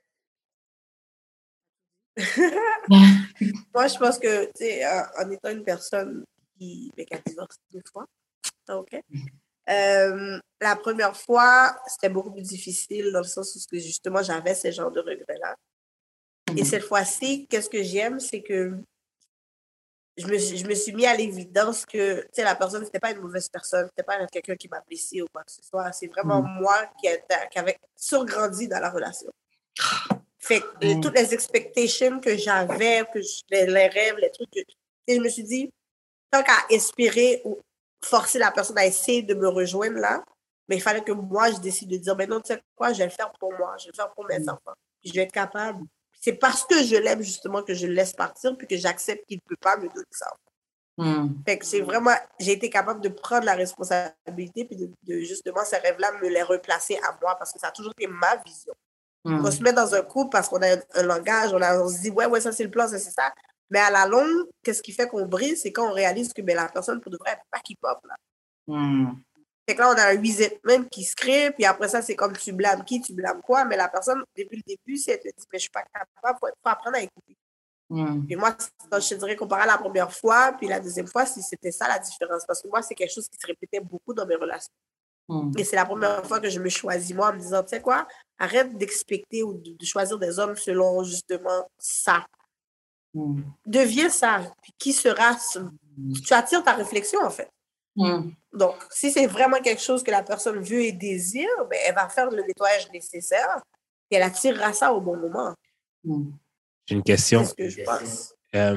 Moi, je pense que, tu sais, en étant une personne qui a divorcé 2 fois, OK? La première fois, c'était beaucoup plus difficile dans le sens où justement, j'avais ce genre de regrets-là. Et cette fois-ci, qu'est-ce que j'aime, c'est que je me suis mis à l'évidence que, tu sais, la personne, c'était pas une mauvaise personne, c'était pas quelqu'un qui m'a blessée ou quoi que ce soit. C'est vraiment moi qui avait surgrandi dans la relation. Fait que toutes les expectations que j'avais, les rêves, les trucs, je me suis dit, tant qu'à espérer ou forcer la personne à essayer de me rejoindre là, mais il fallait que moi, je décide de dire, mais non, tu sais quoi, je vais le faire pour moi, je vais le faire pour mes enfants. Puis je vais être capable. C'est parce que je l'aime justement que je le laisse partir puis que j'accepte qu'il ne peut pas me donner ça. Fait que c'est vraiment, j'ai été capable de prendre la responsabilité puis de justement ces rêves-là, me les replacer à moi parce que ça a toujours été ma vision. On se met dans un couple parce qu'on a un langage, on se dit, ouais, ça c'est le plan, ça c'est ça. Mais à la longue, qu'est-ce qui fait qu'on brise, c'est quand on réalise que la personne, pour de vrai, elle ne peut pas keep-up. Fait que là, on a un resentment qui se crée, puis après ça, c'est comme tu blâmes qui, tu blâmes quoi, mais la personne, depuis le début, si elle te dit, mais je ne suis pas capable, il faut apprendre à écouter. Puis moi, je te dirais, comparé à la première fois, puis la deuxième fois, si c'était ça la différence. Parce que moi, c'est quelque chose qui se répétait beaucoup dans mes relations. Et c'est la première fois que je me choisis, moi, en me disant, tu sais quoi, arrête d'expecter ou de choisir des hommes selon justement ça. Deviens ça. Puis qui sera... Tu attires ta réflexion, en fait. Donc, si c'est vraiment quelque chose que la personne veut et désire, ben, elle va faire le nettoyage nécessaire et elle attirera ça au bon moment. J'ai une question. C'est ce que je pense.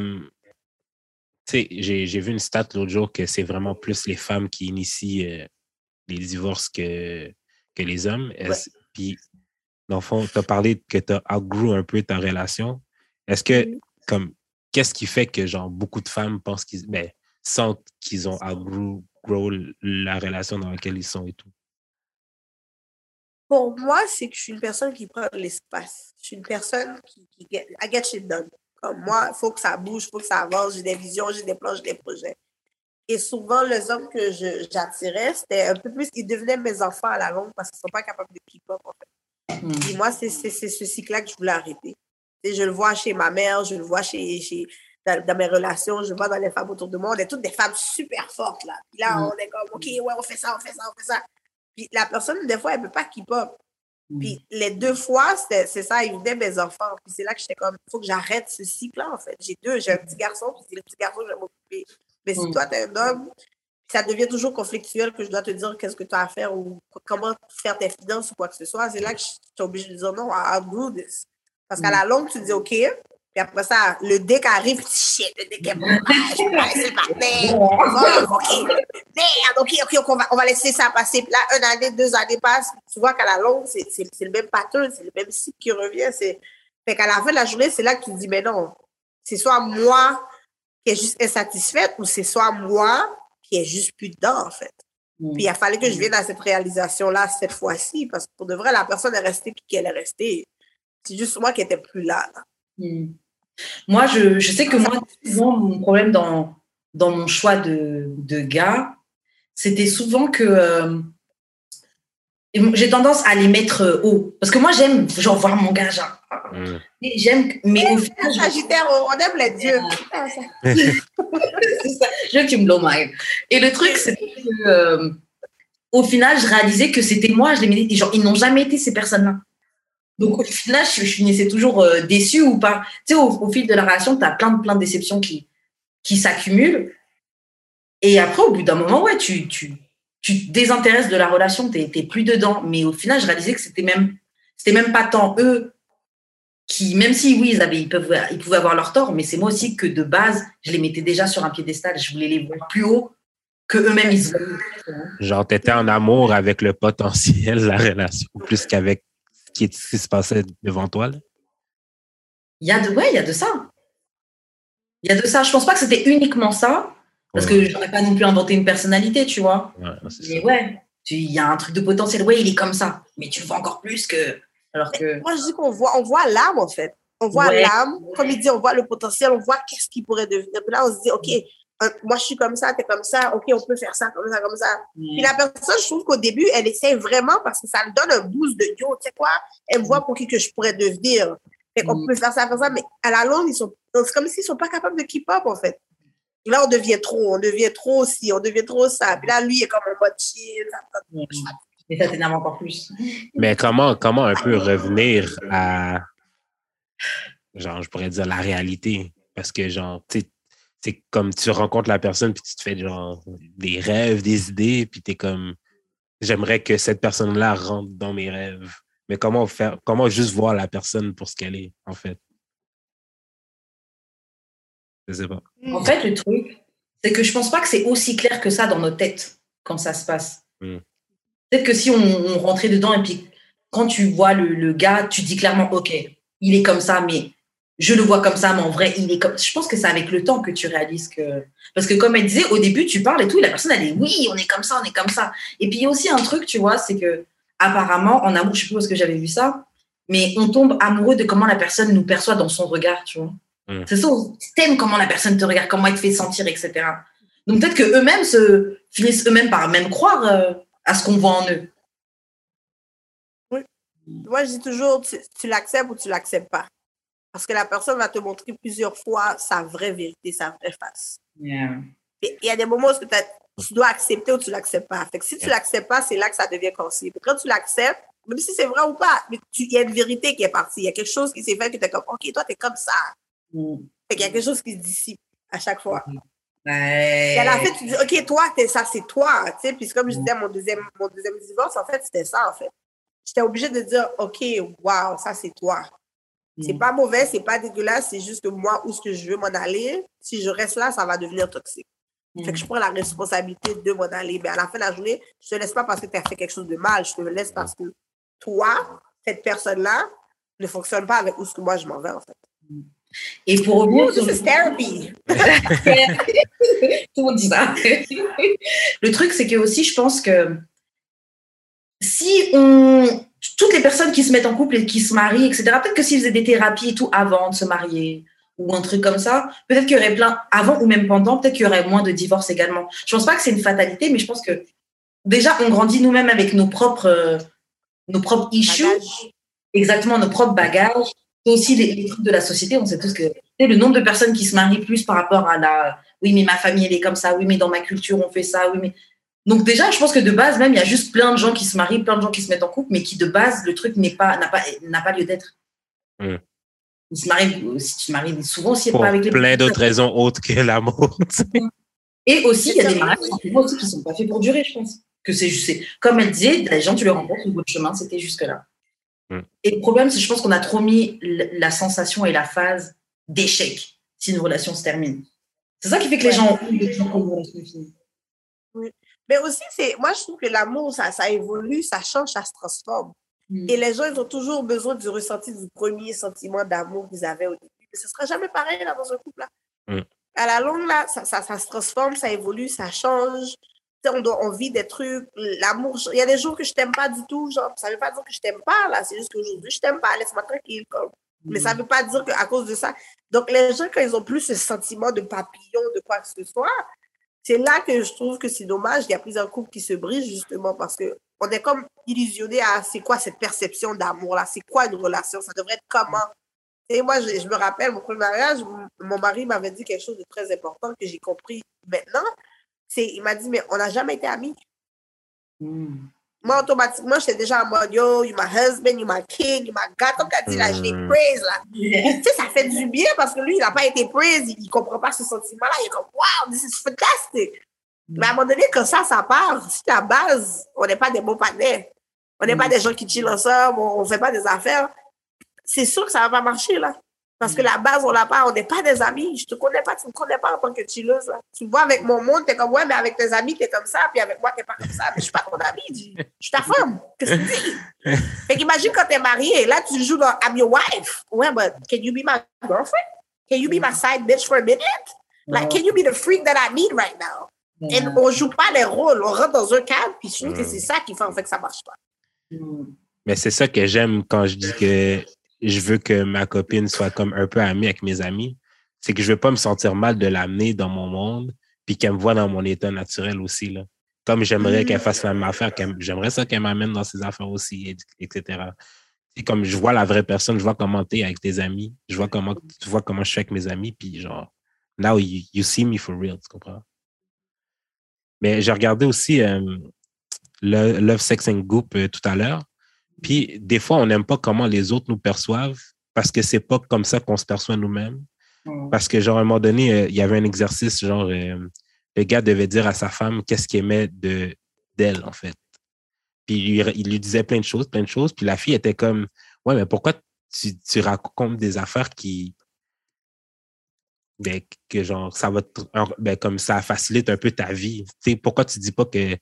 Tu sais, j'ai vu une stat l'autre jour que c'est vraiment plus les femmes qui initient les divorces que les hommes. Puis, dans le fond, tu as parlé que tu as outgrow un peu ta relation. Est-ce que, qu'est-ce qui fait que, genre, beaucoup de femmes pensent sentent qu'ils ont outgrow la relation dans laquelle ils sont et tout? Pour moi, c'est que je suis une personne qui prend de l'espace. Je suis une personne qui I get shit done. Comme moi, il faut que ça bouge, il faut que ça avance. J'ai des visions, j'ai des plans, j'ai des projets. Et souvent, les hommes que j'attirais, c'était un peu plus, ils devenaient mes enfants à la longue parce qu'ils ne sont pas capables de keep-up, en fait. Et moi, c'est ce cycle-là que je voulais arrêter. Et je le vois chez ma mère, je le vois dans mes relations, je le vois dans les femmes autour de moi. On est toutes des femmes super fortes, là. Puis là, on est comme, OK, ouais, on fait ça. Puis la personne, des fois, elle ne peut pas keep-up. Puis les 2 fois, c'est ça, ils venaient mes enfants. Puis c'est là que j'étais comme, il faut que j'arrête ce cycle-là, en fait. J'ai un petit garçon, puis c'est le petit garçon que je vais m'occuper. Mais si toi, tu es un homme, ça devient toujours conflictuel que je dois te dire qu'est-ce que tu as à faire ou comment faire tes finances ou quoi que ce soit. C'est là que je suis obligée de dire non, I'll do this. Parce qu'à la longue, tu dis OK, puis après ça, le deck arrive, tu dis shit, le deck est bon, je peux pas laisser le partenaire. OK, merde, OK, on va laisser ça passer. Puis là, 1 année, 2 années passent, tu vois qu'à la longue, c'est le même pattern, c'est le même cycle qui revient. Fait qu'à la fin de la journée, c'est là que tu te dis, mais non, c'est soit moi qui est juste insatisfaite ou c'est soit moi qui est juste plus dedans, en fait. Puis il a fallu que je vienne à cette réalisation-là cette fois-ci, parce que pour de vrai, la personne est restée qui elle est restée. C'est juste moi qui n'étais plus là. Moi, je sais que moi, souvent, mon problème dans mon choix de gars, c'était souvent que j'ai tendance à les mettre haut. Parce que moi, j'aime genre voir mon gars, genre. J'aime, mais au final. Sagittaire, on aime les dieux. C'est ça, je veux que tu me l'ommailles. Et le truc, c'est que au final, je réalisais que c'était moi, je les mettais, genre, ils n'ont jamais été ces personnes-là. Donc au final, je finissais toujours déçue ou pas. Tu sais, au fil de la relation, tu as plein de déceptions qui s'accumulent. Et après, au bout d'un moment, ouais, tu te désintéresses de la relation, tu n'es plus dedans. Mais au final, je réalisais que c'était même pas tant eux qui, même si oui, ils pouvaient avoir leur tort, mais c'est moi aussi que de base, je les mettais déjà sur un piédestal. Je voulais les voir plus haut que eux-mêmes ils se Genre, t'étais en amour avec le potentiel de la relation plus qu'avec ce qui se passait devant toi, là. Il y a de ça. Il y a de ça. Je pense pas que c'était uniquement ça, parce que j'aurais pas non plus inventé une personnalité, tu vois. Ouais, mais ça. Ouais, il y a un truc de potentiel. Ouais, il est comme ça, mais tu le vois encore plus que. Alors que. Moi, je dis qu'on voit l'âme, en fait. On voit l'âme. Comme il dit, on voit le potentiel, on voit qu'est-ce qu'il pourrait devenir. Puis là, on se dit, OK, moi, je suis comme ça, t'es comme ça. OK, on peut faire ça, comme ça, comme ça. Puis la personne, je trouve qu'au début, elle essaie vraiment parce que ça lui donne un boost de yo, tu sais quoi? Elle me voit pour qui que je pourrais devenir. Fait qu'on peut faire ça, mais à la longue, c'est comme s'ils sont pas capables de keep up, en fait. Et là, on devient trop aussi, on devient trop ça. Puis là, lui, il est comme un mode chill. Et ça t'énerve encore plus. Mais comment un peu revenir à, genre, je pourrais dire la réalité? Parce que, genre, tu sais, c'est comme tu rencontres la personne puis tu te fais, genre, des rêves, des idées, puis t'es comme, j'aimerais que cette personne-là rentre dans mes rêves. Mais comment juste voir la personne pour ce qu'elle est, en fait? Je sais pas. En fait, le truc, c'est que je pense pas que c'est aussi clair que ça dans nos têtes quand ça se passe. Peut-être que si on rentrait dedans et puis quand tu vois le gars, tu dis clairement, OK, il est comme ça, mais je le vois comme ça, mais en vrai, il est comme... Je pense que c'est avec le temps que tu réalises que... Parce que comme elle disait, au début, tu parles et tout, et la personne, elle est, oui, on est comme ça, on est comme ça. Et puis, il y a aussi un truc, tu vois, c'est que apparemment, en amour, je sais pas parce que j'avais vu ça, mais on tombe amoureux de comment la personne nous perçoit dans son regard, tu vois. C'est ça, t'aimes comment la personne te regarde, comment elle te fait sentir, etc. Donc, peut-être qu'eux-mêmes finissent eux-mêmes par même croire à ce qu'on voit en eux. Oui. Moi, je dis toujours, tu l'acceptes ou tu l'acceptes pas. Parce que la personne va te montrer plusieurs fois sa vraie vérité, sa vraie face. Yeah. Et il y a des moments où tu dois accepter ou tu l'acceptes pas. Fait que si tu l'acceptes pas, c'est là que ça devient cassé. Quand tu l'acceptes, même si c'est vrai ou pas, il y a une vérité qui est partie. Il y a quelque chose qui s'est fait que tu es comme, OK, toi, tu es comme ça. Fait qu'il y a quelque chose qui se dissipe à chaque fois. Et à la fin, tu dis, OK, toi, ça, c'est toi. Tu sais, puis comme je disais, mon deuxième divorce, en fait, c'était ça, en fait. J'étais obligée de dire, OK, wow, ça, c'est toi. C'est pas mauvais, c'est pas dégueulasse, c'est juste que moi, où est-ce que je veux m'en aller, si je reste là, ça va devenir toxique. Fait que je prends la responsabilité de m'en aller. Mais à la fin de la journée, je te laisse pas parce que tu as fait quelque chose de mal, je te laisse parce que toi, cette personne-là, ne fonctionne pas avec où est-ce que moi je m'en vais, en fait. Et pour revenir sur... This is therapy! Tout le monde dit ça. Le truc, c'est que aussi, je pense que si toutes les personnes qui se mettent en couple et qui se marient, etc., peut-être que s'ils faisaient des thérapies et tout avant de se marier ou un truc comme ça, peut-être qu'il y aurait plein, avant ou même pendant, peut-être qu'il y aurait moins de divorces également. Je pense pas que c'est une fatalité, mais je pense que déjà, on grandit nous-mêmes avec nos propres issues. Bagages. Exactement, nos propres bagages. Et aussi les trucs de la société, on sait tous que le nombre de personnes qui se marient plus par rapport à oui, mais ma famille, elle est comme ça, oui, mais dans ma culture, on fait ça, oui, mais... Donc déjà, je pense que de base, même, il y a juste plein de gens qui se marient, plein de gens qui se mettent en couple, mais qui, de base, le truc n'a pas lieu d'être. Ils se marient, si tu te maries souvent aussi, pas avec les plein d'autres raisons autres que l'amour. Et aussi, il y a des mariages qui ne sont pas faits pour durer, je pense. Que c'est comme elle disait, les gens, tu les rencontres, le bout de chemin, c'était jusque-là. Et le problème, c'est que je pense qu'on a trop mis la sensation et la phase d'échec si une relation se termine. C'est ça qui fait que les gens ont une relation finie. Oui. Mais aussi, moi, je trouve que l'amour, ça évolue, ça change, ça se transforme. Et les gens, ils ont toujours besoin du ressenti du premier sentiment d'amour qu'ils avaient au début. Mais ce ne sera jamais pareil là, dans un couple. Là. À la longue, là, ça se transforme, ça évolue, ça change. On vit des trucs, l'amour. Il y a des jours que je t'aime pas du tout, genre, ça veut pas dire que je t'aime pas, là. C'est juste qu'aujourd'hui, je t'aime pas, laisse-moi tranquille. Mais ça veut pas dire qu'à cause de ça. Donc, les gens, quand ils ont plus ce sentiment de papillon, de quoi que ce soit, c'est là que je trouve que c'est dommage. Il y a plusieurs couples qui se brisent, justement, parce qu'on est comme illusionné à c'est quoi cette perception d'amour-là, c'est quoi une relation, ça devrait être comment. Et moi, je me rappelle, mon premier mariage, mon mari m'avait dit quelque chose de très important que j'ai compris maintenant. Il m'a dit, mais on n'a jamais été amis. Moi, automatiquement, j'étais déjà en mode, yo, you my husband, you my king, you my God. Comme tu as dit, là, je l'ai praise, là. Tu sais, ça fait du bien parce que lui, il n'a pas été praise, il ne comprend pas ce sentiment-là. Il est comme, wow, this is fantastic. Mais à un moment donné, quand ça part, si à la base, on n'est pas des bons panais, on n'est pas des gens qui chillent ensemble, on ne fait pas des affaires, c'est sûr que ça ne va pas marcher, là. Parce que la base, on n'est pas des amis. Je te connais pas, tu me connais pas en tant que chilleuse. Là. Tu me vois avec mon monde, t'es comme, ouais, mais avec tes amis, t'es comme ça, puis avec moi, t'es pas comme ça. Mais je suis pas ton ami, je suis ta femme. Qu'est-ce que tu dis? Fait qu'imagine quand t'es marié, là, tu joues dans I'm your wife. Ouais, but can you be my girlfriend? Can you be my side bitch for a minute? Like, can you be the freak that I need right now? Et on joue pas les rôles, on rentre dans un cadre, puis je trouve que c'est ça qui fait en fait que ça marche pas. Mais c'est ça que j'aime quand je dis que je veux que ma copine soit comme un peu amie avec mes amis. C'est que je veux pas me sentir mal de l'amener dans mon monde, puis qu'elle me voit dans mon état naturel aussi, là. Comme j'aimerais qu'elle fasse la même affaire, j'aimerais ça qu'elle m'amène dans ses affaires aussi, etc. Et comme je vois la vraie personne, je vois comment t'es avec tes amis, tu vois comment je suis avec mes amis, puis genre, now you see me for real, tu comprends? Mais j'ai regardé aussi Love, Sex and Goop tout à l'heure. Puis des fois, on n'aime pas comment les autres nous perçoivent parce que c'est pas comme ça qu'on se perçoit nous-mêmes. Parce que genre, à un moment donné, il y avait un exercice, genre, le gars devait dire à sa femme qu'est-ce qu'il aimait d'elle, en fait. Puis il lui disait plein de choses. Puis la fille était comme, ouais, mais pourquoi tu racontes des affaires ben, que genre, ça va ben, comme ça facilite un peu ta vie. Tu sais, pourquoi tu dis pas que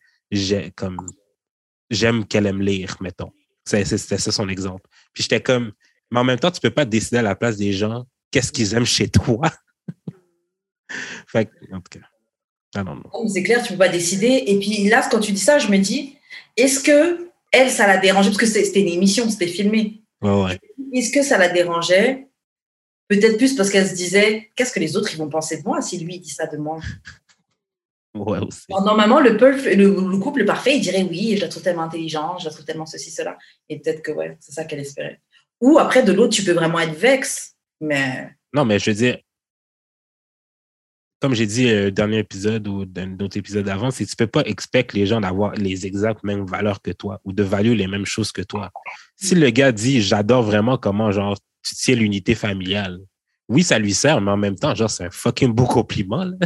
j'aime qu'elle aime lire, mettons. C'était ça son exemple. Puis j'étais comme, mais en même temps, tu peux pas décider à la place des gens qu'est-ce qu'ils aiment chez toi. Fait que, en tout cas, non. C'est clair, tu peux pas décider. Et puis là, quand tu dis ça, je me dis, est-ce que elle, ça la dérangeait? Parce que c'était une émission, c'était filmé. Ouais. Est-ce que ça la dérangeait? Peut-être plus parce qu'elle se disait, qu'est-ce que les autres ils vont penser de moi si lui il dit ça de moi? Ouais, aussi. Normalement, le couple parfait, il dirait oui, je la trouve tellement intelligente, je la trouve tellement ceci, cela. Et peut-être que ouais, c'est ça qu'elle espérait. Ou après, de l'autre, tu peux vraiment être vexe, mais... Non, mais je veux dire, comme j'ai dit dernier épisode ou d'un autre épisode avant, c'est que tu peux pas expecter les gens d'avoir les exactes mêmes valeurs que toi ou de valuer les mêmes choses que toi. Si le gars dit, j'adore vraiment comment, genre, tu tiens l'unité familiale, oui, ça lui sert, mais en même temps, genre, c'est un fucking beau compliment, là.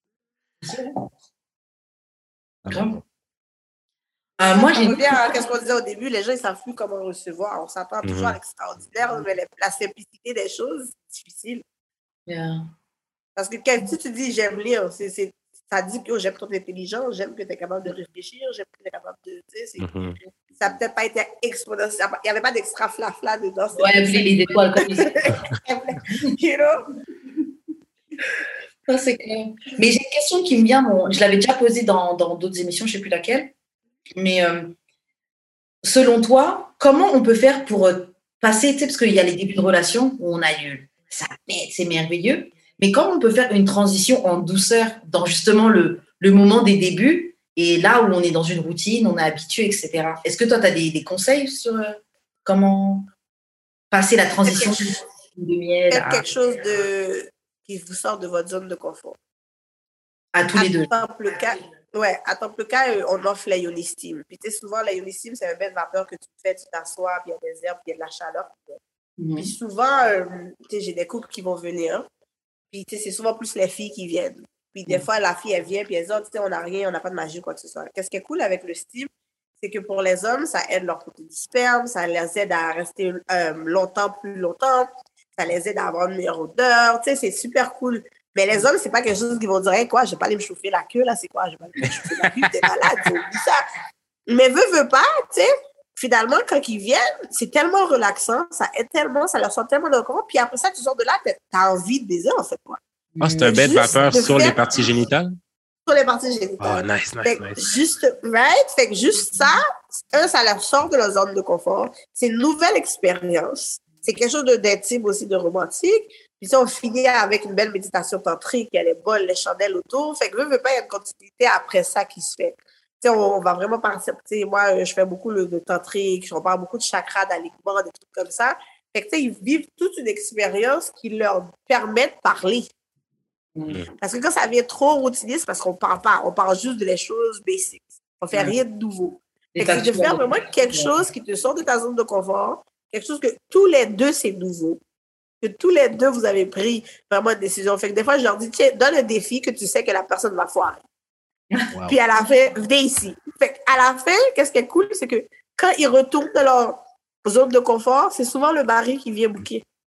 Moi, j'ai bien qu'est-ce qu'on disait au début, les gens, ils savent plus comment recevoir. On s'attend toujours à l'extraordinaire, mais la simplicité des choses, c'est difficile. Yeah. Parce que quand tu dis j'aime lire, ça dit que j'aime ton intelligence, j'aime que tu es capable de réfléchir, j'aime que tu es capable de. Ça n'a peut-être pas été exponentiel. Il n'y avait pas d'extra flafla dedans. Ouais, puis les étoiles comme ça. You know? Ça, c'est clair. Mais j'ai une question qui me vient, je l'avais déjà posée dans d'autres émissions, je ne sais plus laquelle. Mais selon toi, comment on peut faire pour passer, tu sais, parce qu'il y a les débuts de relation où on a eu ça pète, c'est merveilleux. Mais comment on peut faire une transition en douceur dans justement le moment des débuts et là où on est dans une routine, on est habitué, etc. Est-ce que toi, tu as des conseils sur comment passer la transition de miel Faites quelque chose qui vous sort de votre zone de confort. À tous les deux. À ton cas, on offre la ionistime. Puis tu sais, souvent, la ionistime, c'est un bain de vapeur que tu fais, tu t'assois, puis il y a des herbes, puis il y a de la chaleur. Puis souvent, tu sais, j'ai des couples qui vont venir. Puis, tu sais, c'est souvent plus les filles qui viennent. Puis, des fois, la fille, elle vient, puis elle dit, oh, tu sais, on n'a rien, on n'a pas de magie, quoi que ce soit. Qu'est-ce qui est cool avec le steam, c'est que pour les hommes, ça aide leur côté du sperme, ça les aide à rester plus longtemps, ça les aide à avoir une meilleure odeur, tu sais, c'est super cool. Mais les hommes, c'est pas quelque chose qu'ils vont dire, hey, quoi, je vais pas aller me chauffer la queue, là, c'est quoi, je vais pas aller me chauffer la queue, t'es malade, c'est ça. Mais veux pas, tu sais, finalement, quand ils viennent, c'est tellement relaxant, ça aide tellement, ça leur sort tellement de corps. Puis après ça, tu sors de là, t'as envie de baiser, en fait, quoi. Ah, c'est un bain de vapeur sur les parties génitales? Sur les parties génitales. Oh, nice. Fait que juste ça, ça leur sort de leur zone de confort. C'est une nouvelle expérience. C'est quelque chose d'intime aussi, de romantique. Puis ça, on finit avec une belle méditation tantrique. Il y a les bols, les chandelles autour. Fait que veux pas, il y a une continuité après ça qui se fait. Tu sais, on va vraiment partir. Tu sais, moi, je fais beaucoup de tantrique. On parle beaucoup de chakras, d'alignement, des trucs comme ça. Fait que tu sais, ils vivent toute une expérience qui leur permet de parler. Parce que quand ça devient trop routinier, c'est parce qu'on parle pas. On parle juste de choses basiques. On fait rien de nouveau. Fait que c'est de faire vraiment quelque chose qui te sort de ta zone de confort, quelque chose que tous les deux, c'est nouveau. Que tous les deux, vous avez pris vraiment une décision. Fait que des fois, je leur dis, tiens, donne un défi que tu sais que la personne va foirer. Wow. Puis à la fin, venez ici. Fait qu'à la fin, qu'est-ce qui est cool, c'est que quand ils retournent dans leur zone de confort, c'est souvent le mari qui vient bouquer.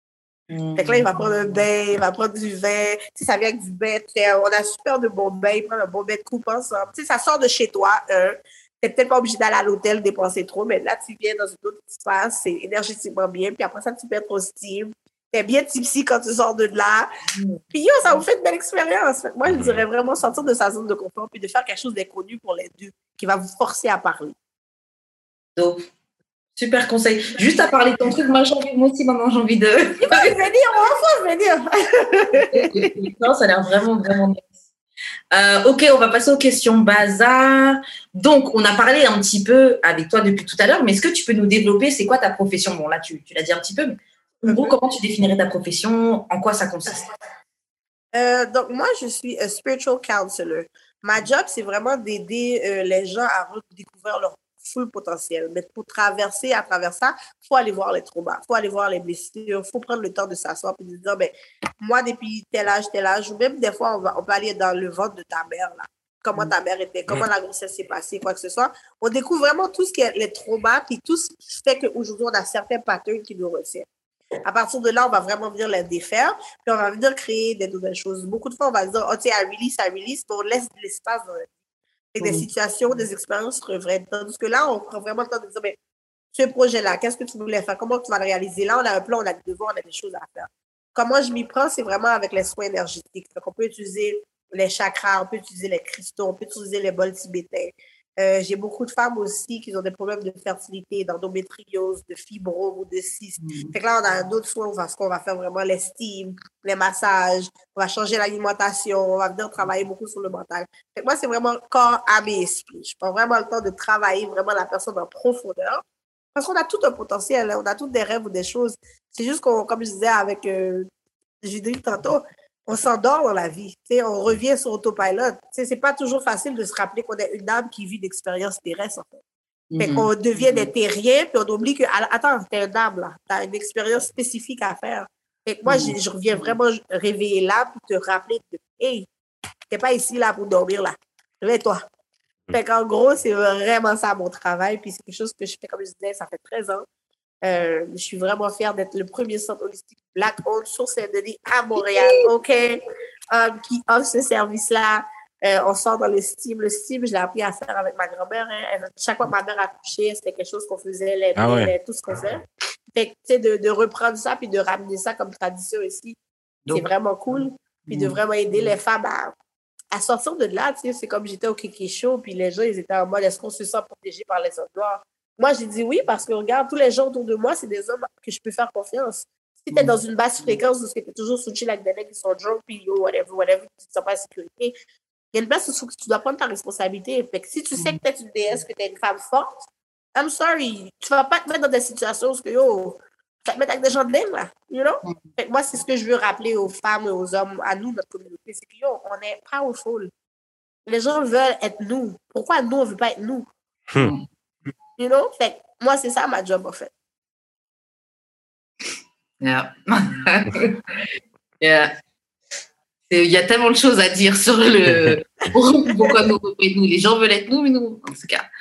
Fait que là, il va prendre un bain, il va prendre du vin. Tu sais, ça vient avec du bain. On a super de bons bains. Il prend un bon bain de coupe ensemble. Tu sais, ça sort de chez toi. T'es peut-être pas obligé d'aller à l'hôtel dépenser trop, mais là, tu viens dans une autre espace, c'est énergétiquement bien. Puis après ça, tu peux être au steam. T'es bien tipsy quand tu sors de là. Puis yo, ça vous fait une belle expérience. Fait que moi, je dirais vraiment sortir de sa zone de confort puis de faire quelque chose d'inconnu pour les deux qui va vous forcer à parler. Donc, super conseil. Juste à parler de ton truc, moi aussi, maman, j'ai envie de. Je vais dire. Non, ça a l'air vraiment, vraiment nice. Ok, on va passer aux questions bazar. Donc, on a parlé un petit peu avec toi depuis tout à l'heure, mais est-ce que tu peux nous développer, c'est quoi ta profession? Bon, là, tu l'as dit un petit peu, mais en gros, comment tu définirais ta profession? En quoi ça consiste? Donc, moi, je suis un spiritual counselor. Ma job, c'est vraiment d'aider les gens à redécouvrir leur full potentiel. Mais pour traverser à travers ça, il faut aller voir les traumas, il faut aller voir les blessures, il faut prendre le temps de s'asseoir et de dire, ben, moi, depuis tel âge, ou même des fois, on peut aller dans le ventre de ta mère, là. Comment ta mère était, comment la grossesse s'est passée, quoi que ce soit. On découvre vraiment tout ce qui est les traumas, puis tout ce qui fait qu'aujourd'hui, on a certains patterns qui nous retiennent. À partir de là, on va vraiment venir les défaire, puis on va venir créer des nouvelles choses. Beaucoup de fois, on va dire, oh, tiens, I release, mais on laisse de l'espace dans la vie. Avec des situations, des expériences reviennent. Tandis que là, on prend vraiment le temps de dire, mais ce projet-là, qu'est-ce que tu voulais faire? Comment tu vas le réaliser? Là, on a un plan, on a des devoirs, on a des choses à faire. Comment je m'y prends? C'est vraiment avec les soins énergétiques. Donc, on peut utiliser les chakras, on peut utiliser les cristaux, on peut utiliser les bols tibétains. J'ai beaucoup de femmes aussi qui ont des problèmes de fertilité, d'endométriose, de fibrome ou de cyste. Fait que là, on a un autre soin parce qu'on va faire vraiment les steams, les massages, on va changer l'alimentation, on va venir travailler beaucoup sur le mental. Fait que moi, c'est vraiment corps, âme et esprit. Je prends vraiment le temps de travailler vraiment la personne en profondeur. Parce qu'on a tout un potentiel, hein, on a tous des rêves ou des choses. C'est juste qu'on, comme je disais avec Judith tantôt, on s'endort dans la vie. On revient sur autopilote. C'est pas toujours facile de se rappeler qu'on est une âme qui vit d'expériences terrestres. En fait. Fait qu'on devient des terriens, puis on oublie que, attends, t'es une âme, là. T'as une expérience spécifique à faire. Fait que moi, je reviens vraiment réveiller l'âme pour te rappeler que, hey, t'es pas ici, là, pour dormir, là. Réveille-toi. Fait qu'en gros, c'est vraiment ça, mon travail. Puis c'est quelque chose que je fais, comme je disais, ça fait 13 ans. Je suis vraiment fière d'être le premier centre holistique Black-owned sur Saint-Denis à Montréal, OK, qui offre ce service-là. On sort dans le steam. Le steam, je l'ai appris à faire avec ma grand-mère. Hein. Chaque fois que ma mère accouchait, c'était quelque chose qu'on faisait, tout ce qu'on faisait. Fait que, tu sais, de reprendre ça puis de ramener ça comme tradition ici, c'est vraiment cool. Puis de vraiment aider les femmes à sortir de là, tu sais. C'est comme j'étais au Kiki Show, puis les gens, ils étaient en mode, est-ce qu'on se sent protégé par les hommes noirs? Moi, j'ai dit oui parce que, regarde, tous les gens autour de moi, c'est des hommes que je peux faire confiance. Si tu es dans une basse fréquence, parce que tu es toujours sous avec des mecs qui sont drunk, puis yo, whatever, tu ne te sens pas en sécurité, il y a une place où tu dois prendre ta responsabilité. Fait que si tu sais que tu es une déesse, que tu es une femme forte, I'm sorry, tu ne vas pas te mettre dans des situations où yo, tu vas te mettre avec des gens de dingue, là, you know? Fait que moi, c'est ce que je veux rappeler aux femmes et aux hommes, à nous, notre communauté, c'est que yo, on est powerful. Les gens veulent être nous. Pourquoi nous, on ne veut pas être nous? You know? Fait que moi, c'est ça ma job, en fait. Yeah. Yeah. Il y a tellement de choses à dire sur le pourquoi nous, les gens veulent être nous, mais nous, en tout cas.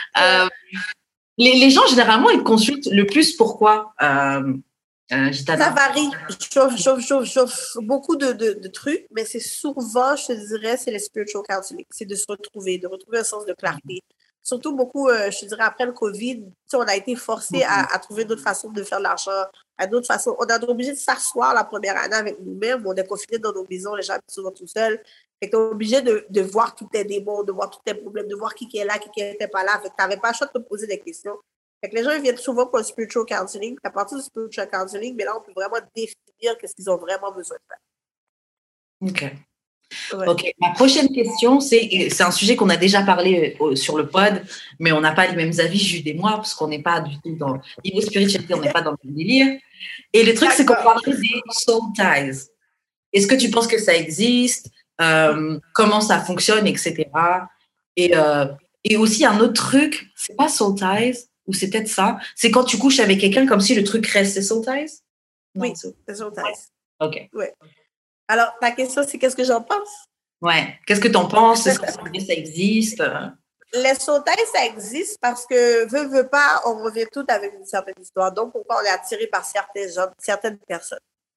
Les gens, généralement, ils te consultent le plus pourquoi, Gitana? Ça varie. Chauffe beaucoup de trucs, mais c'est souvent, je te dirais, c'est le spiritual counseling. C'est de se retrouver, de retrouver un sens de clarté. Surtout beaucoup, je te dirais, après le COVID, on a été forcé à trouver d'autres façons de faire de l'argent, à d'autres façons. On a été obligé de s'asseoir la première année avec nous-mêmes. On est confinés dans nos maisons, les gens sont souvent tout seuls. Fait que t'es obligé de voir tous tes démons, de voir tous tes problèmes, de voir qui est là, qui n'était pas là. Fait que t'avais pas le choix de te poser des questions. Fait que les gens ils viennent souvent pour le spiritual counseling. À partir du spiritual counseling, mais là, on peut vraiment définir qu'est-ce qu'ils ont vraiment besoin de faire. OK. Ouais. OK. Ma prochaine question, c'est un sujet qu'on a déjà parlé sur le pod, mais on n'a pas les mêmes avis, Jude et moi, parce qu'on n'est pas du tout dans niveau spiritualité, on n'est pas dans le délire. Et le truc, c'est qu'on parlait des soul ties. Est-ce que tu penses que ça existe? Comment ça fonctionne, etc. Et aussi, un autre truc, c'est pas soul ties, ou c'est peut-être ça, c'est quand tu couches avec quelqu'un comme si le truc reste, c'est soul ties? Oui, c'est soul ties. OK. Ouais. Alors, ta question, c'est qu'est-ce que j'en pense? Ouais. Qu'est-ce que tu en penses? Est-ce que ça existe? Les soul ties, ça existe parce que, veut pas, on revient tout avec une certaine histoire. Donc, pourquoi on est attiré par certaines personnes?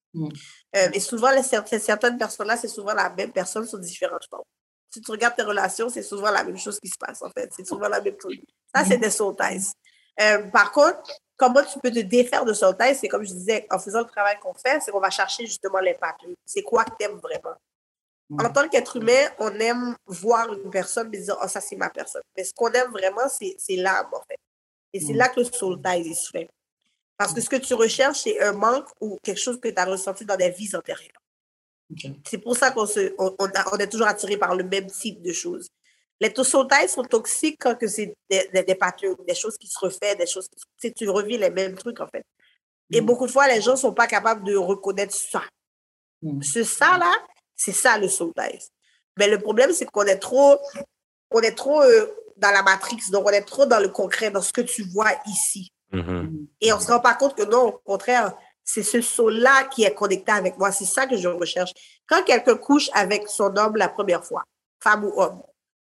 Et souvent, certaines personnes-là, c'est souvent la même personne sur différentes formes. Si tu regardes tes relations, c'est souvent la même chose qui se passe, en fait. C'est souvent la même chose. Ça, c'est des soul ties. Par contre, comment tu peux te défaire de soul ties? C'est comme je disais, en faisant le travail qu'on fait, c'est qu'on va chercher justement les patterns. C'est quoi que tu aimes vraiment? En tant qu'être humain, on aime voir une personne et dire, oh, ça, c'est ma personne. Mais ce qu'on aime vraiment, c'est l'âme, en fait. Et c'est là que le soul ties se fait. Parce que ce que tu recherches, c'est un manque ou quelque chose que tu as ressenti dans des vies antérieures. Okay. C'est pour ça qu'on est toujours attiré par le même type de choses. Les soul ties sont toxiques quand c'est des patterns, des choses qui se refont, des choses qui, tu revis les mêmes trucs, en fait. Et beaucoup de fois, les gens ne sont pas capables de reconnaître ça. Ce ça-là, c'est ça le soul ties. Mais le problème, c'est qu'on est trop dans la matrix, donc on est trop dans le concret, dans ce que tu vois ici. Et on ne se rend pas compte que non, au contraire, c'est ce soul-là qui est connecté avec moi. C'est ça que je recherche. Quand quelqu'un couche avec son homme la première fois, femme ou homme,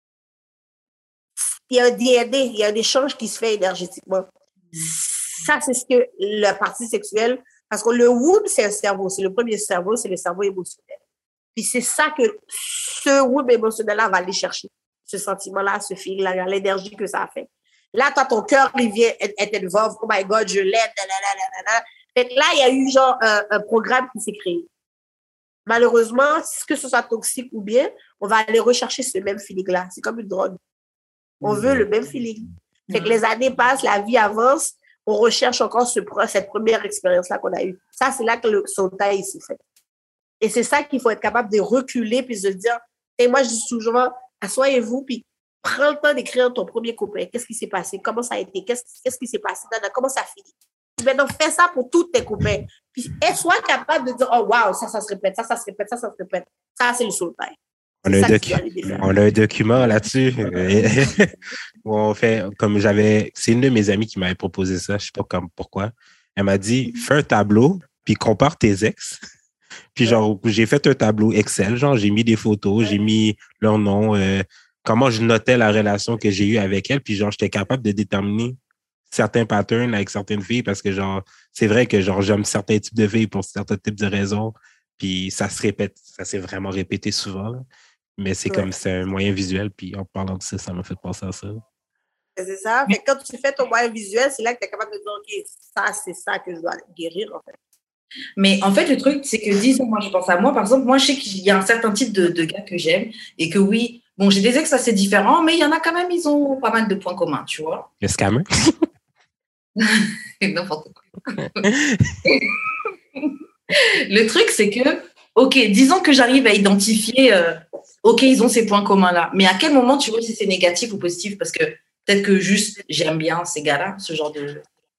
il y a un DNA, il y a un échange qui se fait énergétiquement. Ça, c'est ce que la partie sexuelle, parce que le womb, c'est un cerveau, c'est le premier cerveau, c'est le cerveau émotionnel. Puis c'est ça que ce womb émotionnel-là va aller chercher. Ce sentiment-là, ce feeling-là, l'énergie que ça a fait. Là, toi, ton cœur, il vient être involved. Oh my God, je l'aime. Fait que là, il y a eu genre un programme qui s'est créé. Malheureusement, que ce soit toxique ou bien, on va aller rechercher ce même feeling-là. C'est comme une drogue. On veut le même feeling. Fait que les années passent, la vie avance, on recherche encore cette première expérience-là qu'on a eue. Ça, c'est là que le soul tie s'est fait. Et c'est ça qu'il faut être capable de reculer puis de se dire, et moi, je dis toujours, asseyez-vous, puis prends le temps d'écrire ton premier copain. Qu'est-ce qui s'est passé? Comment ça a été? Qu'est-ce qui s'est passé? Comment ça finit? Maintenant, fais ça pour tous tes copains. Puis, sois capable de dire, oh, wow, ça se répète, ça se répète, ça se répète. Ça, c'est le soul tie. On a un document là-dessus. On fait, c'est une de mes amies qui m'avait proposé ça, je sais pas pourquoi. Elle m'a dit, fais un tableau, puis compare tes ex. Puis genre, j'ai fait un tableau Excel, genre, j'ai mis des photos, j'ai mis leur nom, comment je notais la relation que j'ai eue avec elle, puis genre, j'étais capable de déterminer certains patterns avec certaines filles parce que genre, c'est vrai que genre, j'aime certains types de filles pour certains types de raisons, puis ça se répète, ça s'est vraiment répété souvent, là. Mais c'est comme, c'est un moyen visuel, puis en parlant de ça, ça m'a fait penser à ça. C'est ça. Fait que quand tu fais ton moyen visuel, c'est là que tu es capable de dire, OK, ça, c'est ça que je dois guérir, en fait. Mais en fait, le truc, c'est que, disons, moi, je pense à moi, par exemple, moi, je sais qu'il y a un certain type de gars que j'aime et que oui, bon, j'ai des ex assez différents, mais il y en a quand même, ils ont pas mal de points communs, tu vois. Le scammer? N'importe quoi. Le truc, c'est que, OK, disons que j'arrive à identifier, OK, ils ont ces points communs-là, mais à quel moment tu vois si c'est négatif ou positif? Parce que peut-être que juste, j'aime bien ces gars-là, ce genre de...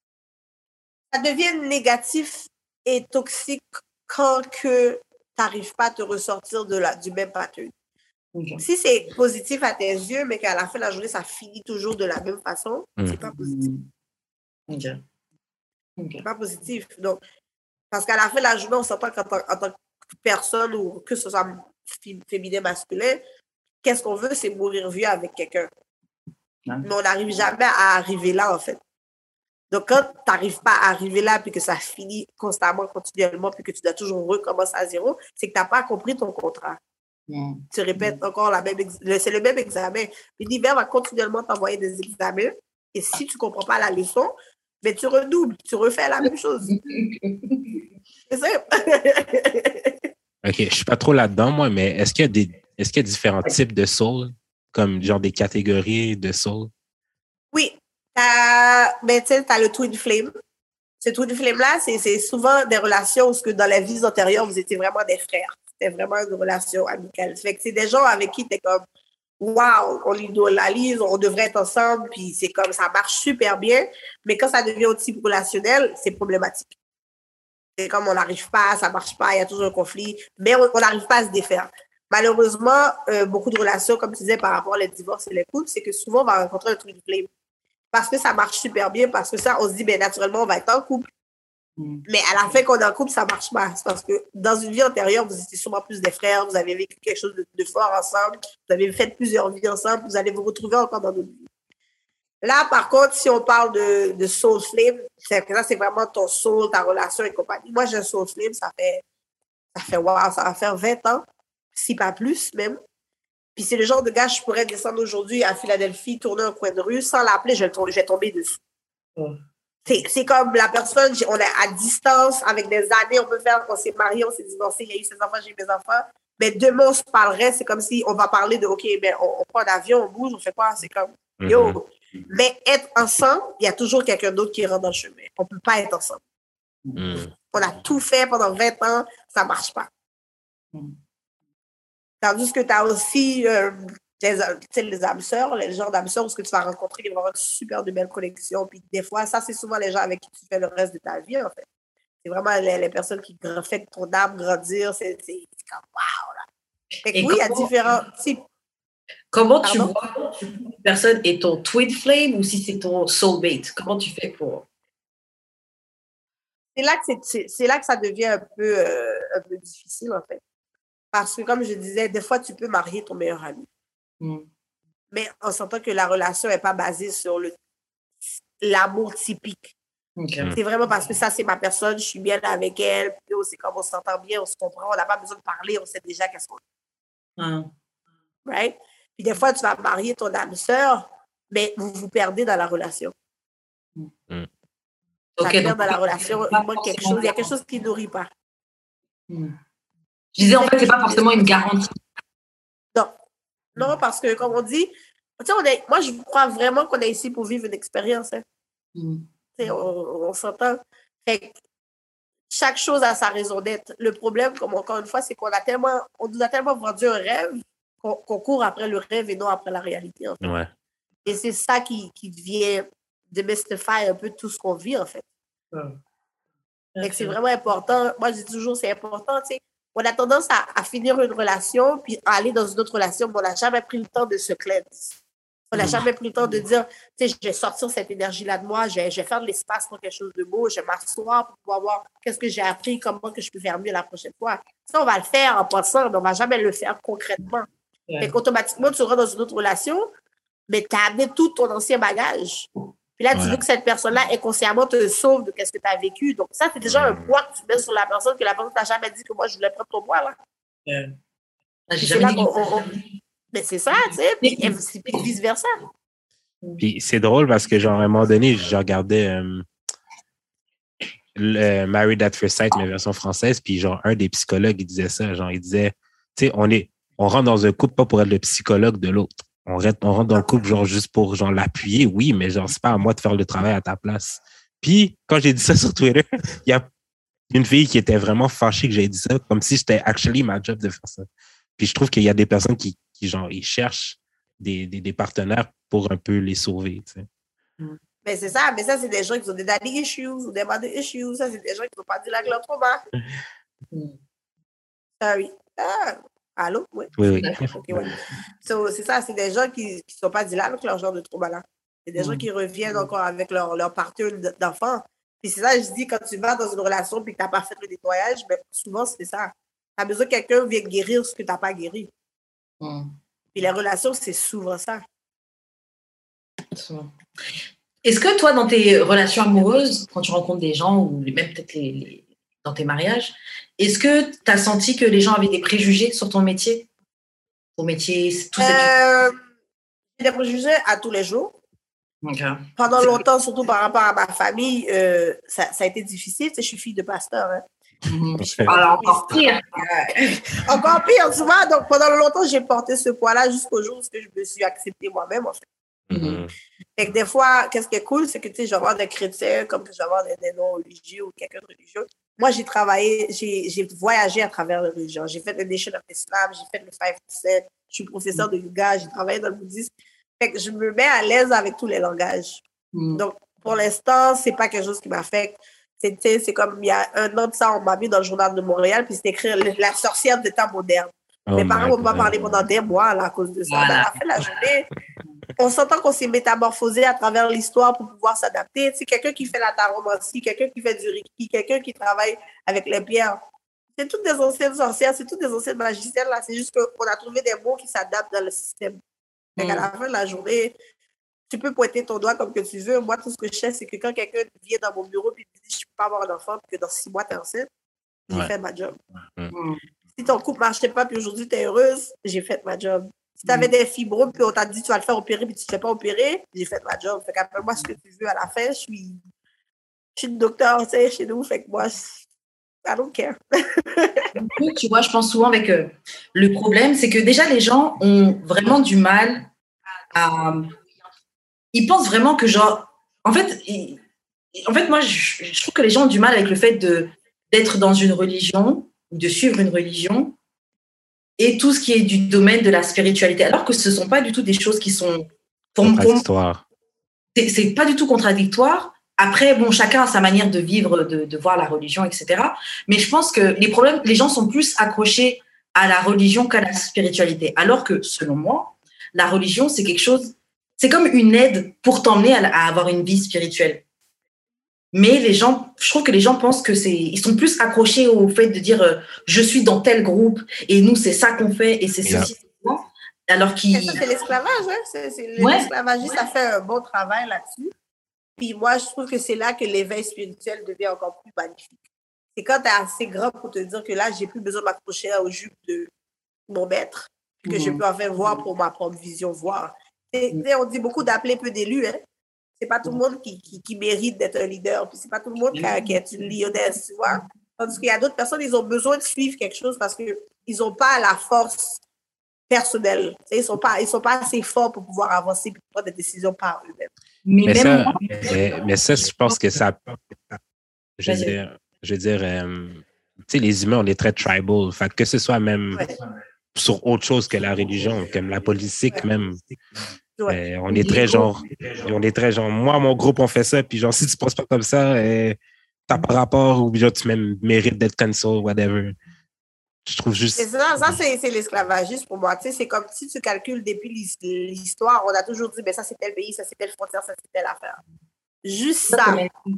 Ça devient négatif et toxique quand que tu n'arrives pas à te ressortir du même pattern. Okay. Si c'est positif à tes yeux, mais qu'à la fin de la journée, ça finit toujours de la même façon, c'est pas positif. Okay. C'est pas positif. Donc, parce qu'à la fin de la journée, on s'entend qu'en tant que personne ou que ce soit féminin, masculin, qu'est-ce qu'on veut, c'est mourir vieux avec quelqu'un. Mais on n'arrive jamais à arriver là, en fait. Donc, quand tu n'arrives pas à arriver là, puis que ça finit constamment, continuellement, puis que tu dois toujours recommencer à zéro, c'est que tu n'as pas compris ton contrat. Tu répètes encore c'est le même examen. L'univers va continuellement t'envoyer des examens, et si tu ne comprends pas la leçon, ben, tu redoubles, tu refais la même chose. C'est simple. OK, je ne suis pas trop là-dedans, moi, mais est-ce qu'il y a différents types de soul, comme genre des catégories de soul? Oui. T'as le twin flame. Ce twin flame-là, c'est souvent des relations où dans les vies antérieures, vous étiez vraiment des frères. C'était vraiment une relation amicale. Fait que c'est des gens avec qui t'es comme, wow, on l'idolise, on devrait être ensemble, puis c'est comme, ça marche super bien. Mais quand ça devient au type relationnel, c'est problématique. C'est comme, on n'arrive pas, ça marche pas, il y a toujours un conflit, mais on n'arrive pas à se défaire. Malheureusement, beaucoup de relations, comme tu disais, par rapport aux divorces et les couples, c'est que souvent, on va rencontrer un twin flame. Parce que ça marche super bien, parce que ça, on se dit, ben naturellement, on va être en couple. Mais à la fin, qu'on est en couple, ça marche pas. C'est parce que dans une vie antérieure, vous étiez sûrement plus des frères, vous avez vécu quelque chose de fort ensemble, vous avez fait plusieurs vies ensemble, vous allez vous retrouver encore dans d'autres vies. Là, par contre, si on parle de soul flame, c'est vraiment ton soul, ta relation et compagnie. Moi, j'ai un soul flame, ça fait ça va faire 20 ans, si pas plus même. Puis c'est le genre de gars, je pourrais descendre aujourd'hui à Philadelphie, tourner un coin de rue, sans l'appeler, je vais tomber dessus. C'est comme la personne, on est à distance, avec des années, on s'est mariés, on s'est divorcés, il y a eu ses enfants, j'ai eu mes enfants. Mais demain, on se parlerait, c'est comme si on va parler de, OK, ben, on prend un avion, on bouge, on fait quoi? C'est comme, yo. Mais être ensemble, il y a toujours quelqu'un d'autre qui rentre dans le chemin. On ne peut pas être ensemble. On a tout fait pendant 20 ans, ça ne marche pas. Tandis que tu as aussi les âmes sœurs, les genres d'âmes sœurs où tu vas rencontrer, il va y avoir une super de belles connexions. Puis des fois, ça, c'est souvent les gens avec qui tu fais le reste de ta vie, en fait. C'est vraiment les personnes qui font ton âme grandir. C'est comme wow, là. Fait que oui, il y a différents types. Comment tu vois si une personne est ton twin flame ou si c'est ton soulmate? Comment tu fais pour... C'est là que ça devient un peu difficile, en fait. Parce que, comme je disais, des fois, tu peux marier ton meilleur ami. Mais on s'entend que la relation n'est pas basée sur l'amour typique. C'est vraiment parce que ça, c'est ma personne, je suis bien avec elle, puis c'est comme on s'entend bien, on se comprend, on n'a pas besoin de parler, on sait déjà qu'est-ce qu'on est. Right? Puis des fois, tu vas marier ton âme sœur, mais vous vous perdez dans la relation. Ça perd dans la relation, il manque quelque chose, il y a quelque chose qui ne nourrit pas. Je disais, en fait, c'est pas forcément une garantie. Non, parce que, comme on dit, moi, je crois vraiment qu'on est ici pour vivre une expérience. Hein. On s'entend. Fait que chaque chose a sa raison d'être. Le problème, comme encore une fois, c'est qu'on nous a tellement vendu un rêve qu'on court après le rêve et non après la réalité. En fait. Ouais. Et c'est ça qui vient démystifier un peu tout ce qu'on vit, en fait. Fait que c'est vraiment important. Moi, je dis toujours, c'est important, tu sais. On a tendance à finir une relation puis à aller dans une autre relation, mais on n'a jamais pris le temps de se cleanse. On n'a jamais pris le temps de dire, tu sais, je vais sortir cette énergie-là de moi, je vais faire de l'espace pour quelque chose de beau, je vais m'asseoir pour pouvoir voir qu'est-ce que j'ai appris, comment que je peux faire mieux la prochaine fois. Ça, on va le faire en passant, mais on ne va jamais le faire concrètement. Fait qu'automatiquement, tu rentres dans une autre relation, mais tu as amené tout ton ancien bagage. Puis là, tu veux que cette personne-là, inconsciemment, te sauve de ce que tu as vécu. Donc, ça, c'est déjà un poids que tu mets sur la personne, que la personne t'a jamais dit que moi, je voulais prendre ton poids, là. J'ai jamais dit mais c'est ça, tu sais, puis vice-versa. Puis c'est drôle parce que, genre, à un moment donné, je regardais Married at First Sight, mais version française, puis genre, un des psychologues, il disait ça, genre, il disait, tu sais, on rentre dans un couple pas pour être le psychologue de l'autre. On rentre dans le couple, genre, juste pour, genre, l'appuyer, oui, mais genre, c'est pas à moi de faire le travail à ta place. Puis, quand j'ai dit ça sur Twitter, il y a une fille qui était vraiment fâchée que j'ai dit ça, comme si c'était actually ma job de faire ça. Puis je trouve qu'il y a des personnes qui genre, ils cherchent des partenaires pour un peu les sauver, tu sais. Mais c'est ça, c'est des gens qui ont des daddy issues ou des mother issues, ça, c'est des gens qui n'ont pas dit la glande trop bas. Sorry. Allô? Oui. Oui. Okay, ouais. So, c'est ça, c'est des gens qui ne sont pas dit là avec leur genre de trauma là. C'est des gens qui reviennent encore avec leur partenaire d'enfant. Puis c'est ça, je dis, quand tu vas dans une relation et que tu n'as pas fait le nettoyage, ben, souvent, c'est ça. Tu as besoin que quelqu'un vienne guérir ce que tu n'as pas guéri. Puis les relations, c'est souvent ça. Est-ce que toi, dans tes relations amoureuses, quand tu rencontres des gens, ou même peut-être dans tes mariages, est-ce que tu as senti que les gens avaient des préjugés sur ton métier? Ton métier, tout ça? J'ai des préjugés à tous les jours. Okay. Pendant longtemps, surtout par rapport à ma famille, ça a été difficile. Tu sais, je suis fille de pasteur. Hein. Alors, encore pire. Encore pire, tu vois. Donc, pendant longtemps, j'ai porté ce poids-là jusqu'au jour où je me suis acceptée moi-même, en fait. Fait que des fois, qu'est-ce qui est cool, c'est que, tu sais, je vais avoir des chrétiens comme je vais avoir des non-religieux ou quelqu'un de religieux. Moi, j'ai travaillé, j'ai voyagé à travers les religions. J'ai fait le Nation of Islam, j'ai fait le 5%, je suis professeur de yoga, j'ai travaillé dans le bouddhisme. Fait que je me mets à l'aise avec tous les langages. Donc, pour l'instant, c'est pas quelque chose qui m'affecte. C'est comme il y a un an de ça, on m'a mis dans le journal de Montréal, puis c'était écrit La sorcière des temps modernes. Mes parents m'ont pas parlé pendant des mois là, à cause de ça. Voilà. À la fin de la journée, on s'entend qu'on s'est métamorphosé à travers l'histoire pour pouvoir s'adapter. Tu sais, quelqu'un qui fait la taromancie, quelqu'un qui fait du reiki, quelqu'un qui travaille avec les pierres. C'est toutes des anciennes sorcières, c'est toutes des anciennes magiciennes. Là. C'est juste qu'on a trouvé des mots qui s'adaptent dans le système. À la fin de la journée, tu peux pointer ton doigt comme que tu veux. Moi, tout ce que je sais, c'est que quand quelqu'un vient dans mon bureau et me dit « je ne peux pas avoir un enfant, puis que dans 6 mois, tu es enceinte », J'ai Ouais. fait ma job. Mm. Si ton couple ne marchait pas, puis aujourd'hui, tu es heureuse, j'ai fait ma job. Si tu avais des fibromes, puis on t'a dit tu vas le faire opérer, puis tu ne te fais pas opérer, j'ai fait ma job. Fait qu'appelle-moi ce que tu veux à la fin. Je suis le docteur, tu sais, chez nous. Fait que moi, I don't care. Tu vois, je pense souvent avec le problème, c'est que déjà les gens ont vraiment du mal à. Ils pensent vraiment que genre. En fait, moi, je trouve que les gens ont du mal avec le fait d'être dans une religion ou de suivre une religion et tout ce qui est du domaine de la spiritualité, alors que ce ne sont pas du tout des choses qui sont. Contradictoire. C'est pas du tout contradictoire. Après, bon, chacun a sa manière de vivre, de voir la religion, etc. Mais je pense que les gens sont plus accrochés à la religion qu'à la spiritualité. Alors que, selon moi, la religion, c'est quelque chose, c'est comme une aide pour t'emmener à avoir une vie spirituelle. Mais je trouve que les gens pensent ils sont plus accrochés au fait de dire je suis dans tel groupe et nous, c'est ça qu'on fait et c'est ceci, c'est ça. Alors ça, c'est l'esclavage, hein? L'esclavagiste a fait un bon travail là-dessus. Puis moi, je trouve que c'est là que l'éveil spirituel devient encore plus magnifique. C'est quand tu es assez grand pour te dire que là, j'ai plus besoin de m'accrocher aux jupes de mon maître, que je peux enfin voir pour ma propre vision, voir. On dit beaucoup d'appeler peu d'élus, hein? C'est pas tout le monde qui mérite d'être un leader, puis c'est pas tout le monde qui est une lionesse, tu vois. Tandis qu'il y a d'autres personnes, ils ont besoin de suivre quelque chose parce qu'ils n'ont pas la force personnelle. Ils ne sont pas assez forts pour pouvoir avancer et prendre des décisions par eux-mêmes. Mais ça, je pense que ça. Je veux dire, tu sais, les humains, on est très tribal. Fait que ce soit même sur autre chose que la religion, comme la politique même. Ouais. On est très genre, moi, mon groupe, on fait ça, puis genre, si tu ne penses pas comme ça, t'as pas rapport, ou genre, tu même mérites d'être cancel, whatever. Je trouve juste. Ça, c'est l'esclavagisme pour moi. Tu sais, c'est comme si tu calcules depuis l'histoire, on a toujours dit, ben ça, c'est tel pays, ça, c'est telle frontière, ça, c'est telle affaire. Juste ça.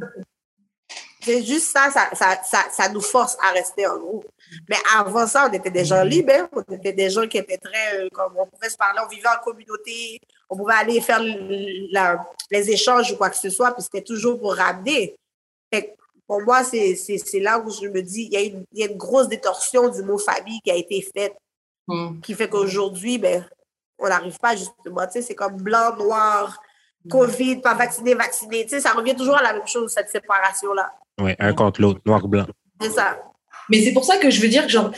C'est juste ça nous force à rester en groupe. Mais avant ça, on était des gens libres, hein? On était des gens qui étaient très, comme on pouvait se parler, on vivait en communauté, on pouvait aller faire les échanges ou quoi que ce soit, puis c'était toujours pour ramener. Fait, pour moi, c'est là où je me dis, il y a une grosse détorsion du mot famille qui a été faite, qui fait qu'aujourd'hui, ben, on n'arrive pas justement, tu sais, c'est comme blanc, noir, COVID, pas vacciné, vacciné, tu sais, ça revient toujours à la même chose, cette séparation-là. Oui, un contre l'autre, noir-blanc. C'est ça. Mais c'est pour ça que je veux dire, genre,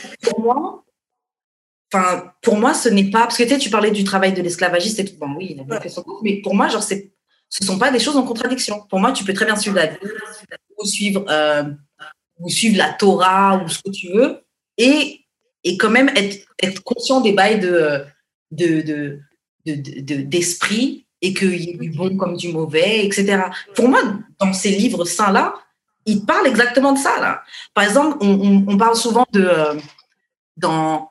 pour moi, ce n'est pas... Parce que tu parlais du travail de l'esclavagiste et tout. Bon, oui, il a bien fait son coup. Mais pour moi, genre, ce ne sont pas des choses en contradiction. Pour moi, tu peux très bien suivre la Bible ou suivre la Torah ou ce que tu veux et quand même être conscient des bails d'esprit et qu'il y ait du bon comme du mauvais, etc. Pour moi, dans ces livres saints-là, ils parlent exactement de ça, là. Par exemple, on parle souvent dans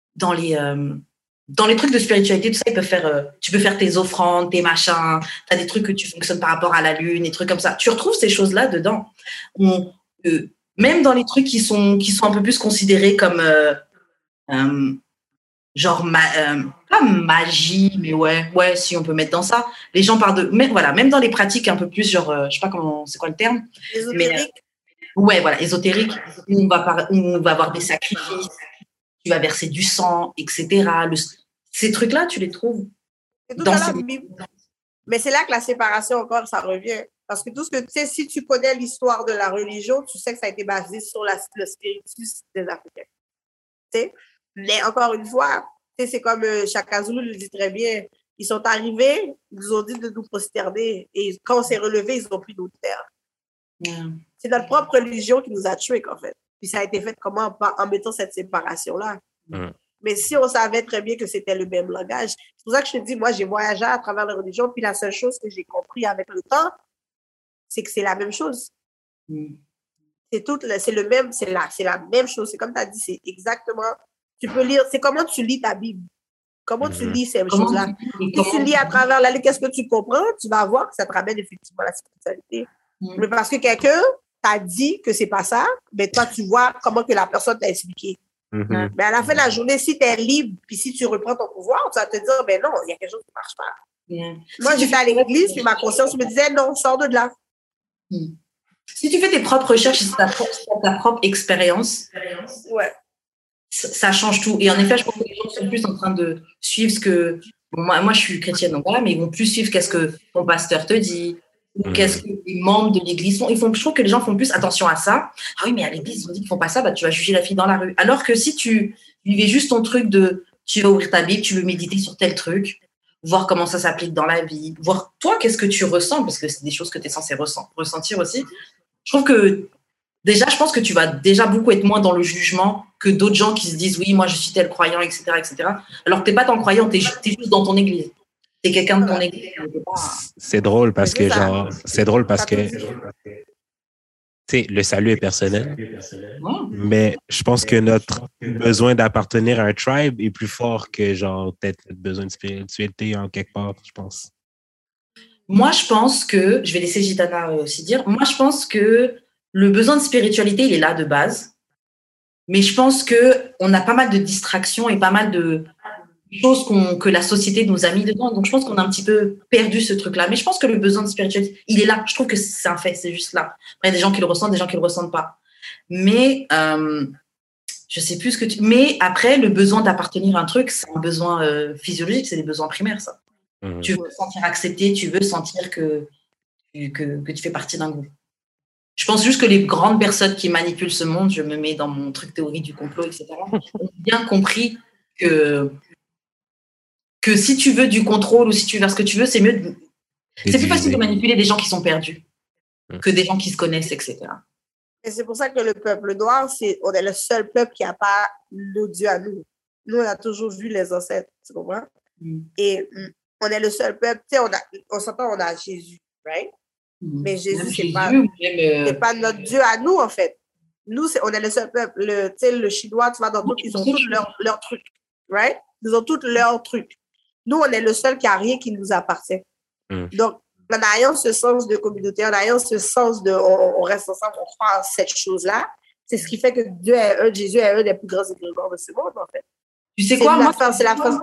les trucs de spiritualité, tout ça, tu peux faire tes offrandes, tes machins, tu as des trucs que tu fonctionnes par rapport à la lune, des trucs comme ça. Tu retrouves ces choses-là dedans. Même dans les trucs qui sont un peu plus considérés comme pas magie, mais ouais, si on peut mettre dans ça. Les gens parlent même dans les pratiques un peu plus genre, je sais pas c'est quoi le terme. Ésotérique. Ésotérique. Où on va avoir des sacrifices, tu vas verser du sang, etc. Ces trucs-là, tu les trouves dans ces... Mais c'est là que la séparation encore, ça revient. Parce que tout ce que tu sais, si tu connais l'histoire de la religion, tu sais que ça a été basé sur le spiritisme des Africains. Tu sais? Mais encore une fois, c'est comme Shaka Zulu le dit très bien. Ils sont arrivés, ils nous ont dit de nous prosterner. Et quand on s'est relevé, ils n'ont plus nous taire. C'est notre propre religion qui nous a tués, en fait. Puis ça a été fait comment? En mettant cette séparation-là. Mais si on savait très bien que c'était le même langage, c'est pour ça que je te dis, moi, j'ai voyagé à travers la religion, puis la seule chose que j'ai compris avec le temps, c'est que c'est la même chose. C'est le même, c'est la même chose. C'est comme tu as dit, c'est exactement... Tu peux lire, c'est comment tu lis ta Bible. Comment tu lis ces choses-là. Si tu lis à travers la Bible, qu'est-ce que tu comprends? Tu vas voir que ça te ramène effectivement à la spiritualité. Mais parce que quelqu'un t'a dit que c'est pas ça, ben toi, tu vois comment que la personne t'a expliqué. Mais à la fin de la journée, si tu es libre, puis si tu reprends ton pouvoir, tu vas te dire, ben non, il y a quelque chose qui ne marche pas. Moi, j'étais à l'église, puis ma conscience me disait, non, sors de là. Si tu fais tes propres recherches, c'est ta propre expérience, Ouais. ça change tout. Et en effet, je pense que les gens sont plus en train de suivre ce que... Bon, moi, je suis chrétienne, donc voilà, mais ils vont plus suivre qu'est-ce que ton pasteur te dit, ou qu'est-ce que les membres de l'église font. Je trouve que les gens font plus attention à ça. Ah oui, mais à l'église, ils ont dit qu'ils font pas ça, bah, tu vas juger la fille dans la rue. Alors que si tu vivais juste ton truc de... Tu vas ouvrir ta Bible, tu veux méditer sur tel truc, voir comment ça s'applique dans la vie, voir toi, qu'est-ce que tu ressens, parce que c'est des choses que tu es censé ressentir aussi. Je trouve que déjà, je pense que tu vas déjà beaucoup être moins dans le jugement que d'autres gens qui se disent oui, moi je suis tel croyant, etc. etc. Alors que tu n'es pas tant croyant, tu es juste dans ton église. Tu es quelqu'un de ton église. C'est drôle parce que, tu sais, le salut est personnel, mais je pense que notre besoin d'appartenir à un tribe est plus fort que, genre, peut-être notre besoin de spiritualité en quelque part, je pense. Moi, je pense que, je vais laisser Gitana aussi dire, moi, je pense que le besoin de spiritualité, il est là de base, mais je pense qu'on a pas mal de distractions et pas mal de choses que la société nous a mis dedans. Donc, je pense qu'on a un petit peu perdu ce truc-là. Mais je pense que le besoin de spiritualité, il est là. Je trouve que c'est un fait, c'est juste là. Après, il y a des gens qui le ressentent, des gens qui le ressentent pas. Mais je sais plus ce que tu... Mais après, le besoin d'appartenir à un truc, c'est un besoin physiologique, c'est des besoins primaires, ça. Tu veux sentir accepté, tu veux sentir que tu fais partie d'un groupe. Je pense juste que les grandes personnes qui manipulent ce monde, je me mets dans mon truc théorie du complot, etc., ont bien compris que si tu veux du contrôle ou si tu veux faire ce que tu veux, c'est mieux. C'est plus facile de manipuler des gens qui sont perdus que des gens qui se connaissent, etc. Et c'est pour ça que le peuple noir, on est le seul peuple qui n'a pas nos dieux à nous. Nous, on a toujours vu les ancêtres, tu comprends? Et on est le seul peuple, tu sais, on s'entend, on a Jésus, right? Mais Jésus, c'est pas notre Dieu à nous, en fait. Nous, on est le seul peuple. Le Chinois, tu vas dans tout, ils ont tous leurs trucs, right? Ils ont tous leurs trucs. Nous, on est le seul qui n'a rien qui nous appartient. Donc, en ayant ce sens de communauté, en ayant ce sens de on reste ensemble, on croit en cette chose-là, c'est ce qui fait que Dieu est un, Jésus est un des plus grands égrégores de ce monde, en fait. Tu sais quoi, moi, c'est la phrase.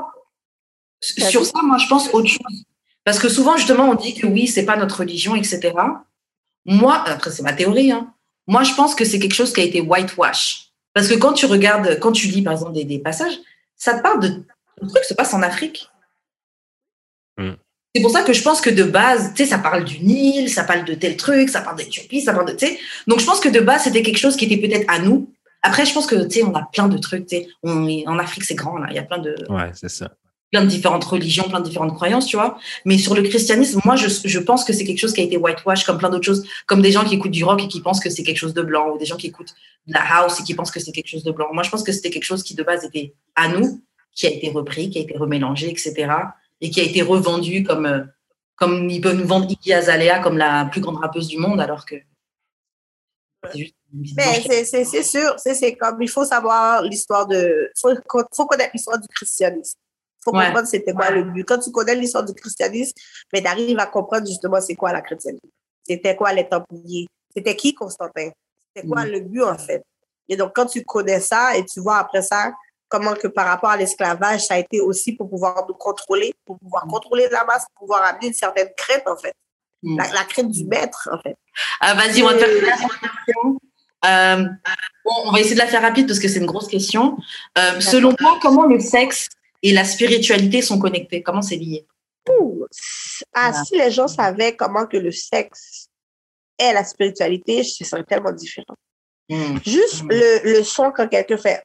Sur ça, moi, je pense autre chose. Parce que souvent, justement, on dit que oui, c'est pas notre religion, etc. Moi, après, c'est ma théorie, hein. Moi, je pense que c'est quelque chose qui a été whitewash. Parce que quand tu regardes, quand tu lis, par exemple, des passages, ça te parle de trucs qui se passent en Afrique. C'est pour ça que je pense que de base, tu sais, ça parle du Nil, ça parle de tel truc, ça parle d'Éthiopie, ça parle de, tu sais. Donc, je pense que de base, c'était quelque chose qui était peut-être à nous. Après, je pense que, tu sais, on a plein de trucs, tu sais. En Afrique, c'est grand, là. Il y a plein de... Ouais, c'est ça. Plein de différentes religions, plein de différentes croyances, tu vois. Mais sur le christianisme, moi, je pense que c'est quelque chose qui a été whitewash, comme plein d'autres choses, comme des gens qui écoutent du rock et qui pensent que c'est quelque chose de blanc, ou des gens qui écoutent de la house et qui pensent que c'est quelque chose de blanc. Moi, je pense que c'était quelque chose qui, de base, était à nous, qui a été repris, qui a été remélangé, etc. Et qui a été revendu comme ils peuvent nous vendre Iggy Azalea comme la plus grande rappeuse du monde, alors que c'est juste... Mais c'est sûr, c'est comme il faut savoir l'histoire faut connaître l'histoire du christianisme. Il faut comprendre c'était quoi le but. Quand tu connais l'histoire du christianisme, mais tu arrives à comprendre justement c'est quoi la chrétienté. C'était quoi les Templiers? C'était qui Constantin? C'était quoi le but en fait? Et donc quand tu connais ça et tu vois après ça comment que par rapport à l'esclavage, ça a été aussi pour pouvoir nous contrôler, pour pouvoir contrôler la masse, pour pouvoir amener une certaine crainte en fait. La crainte du maître en fait. Vas-y, on va faire une question. On va essayer de la faire rapide parce que c'est une grosse question. Selon toi, comment le sexe et la spiritualité sont connectés? Comment c'est lié? Si les gens savaient comment que le sexe et la spiritualité, ce serait tellement différent. Juste le son quand quelqu'un fait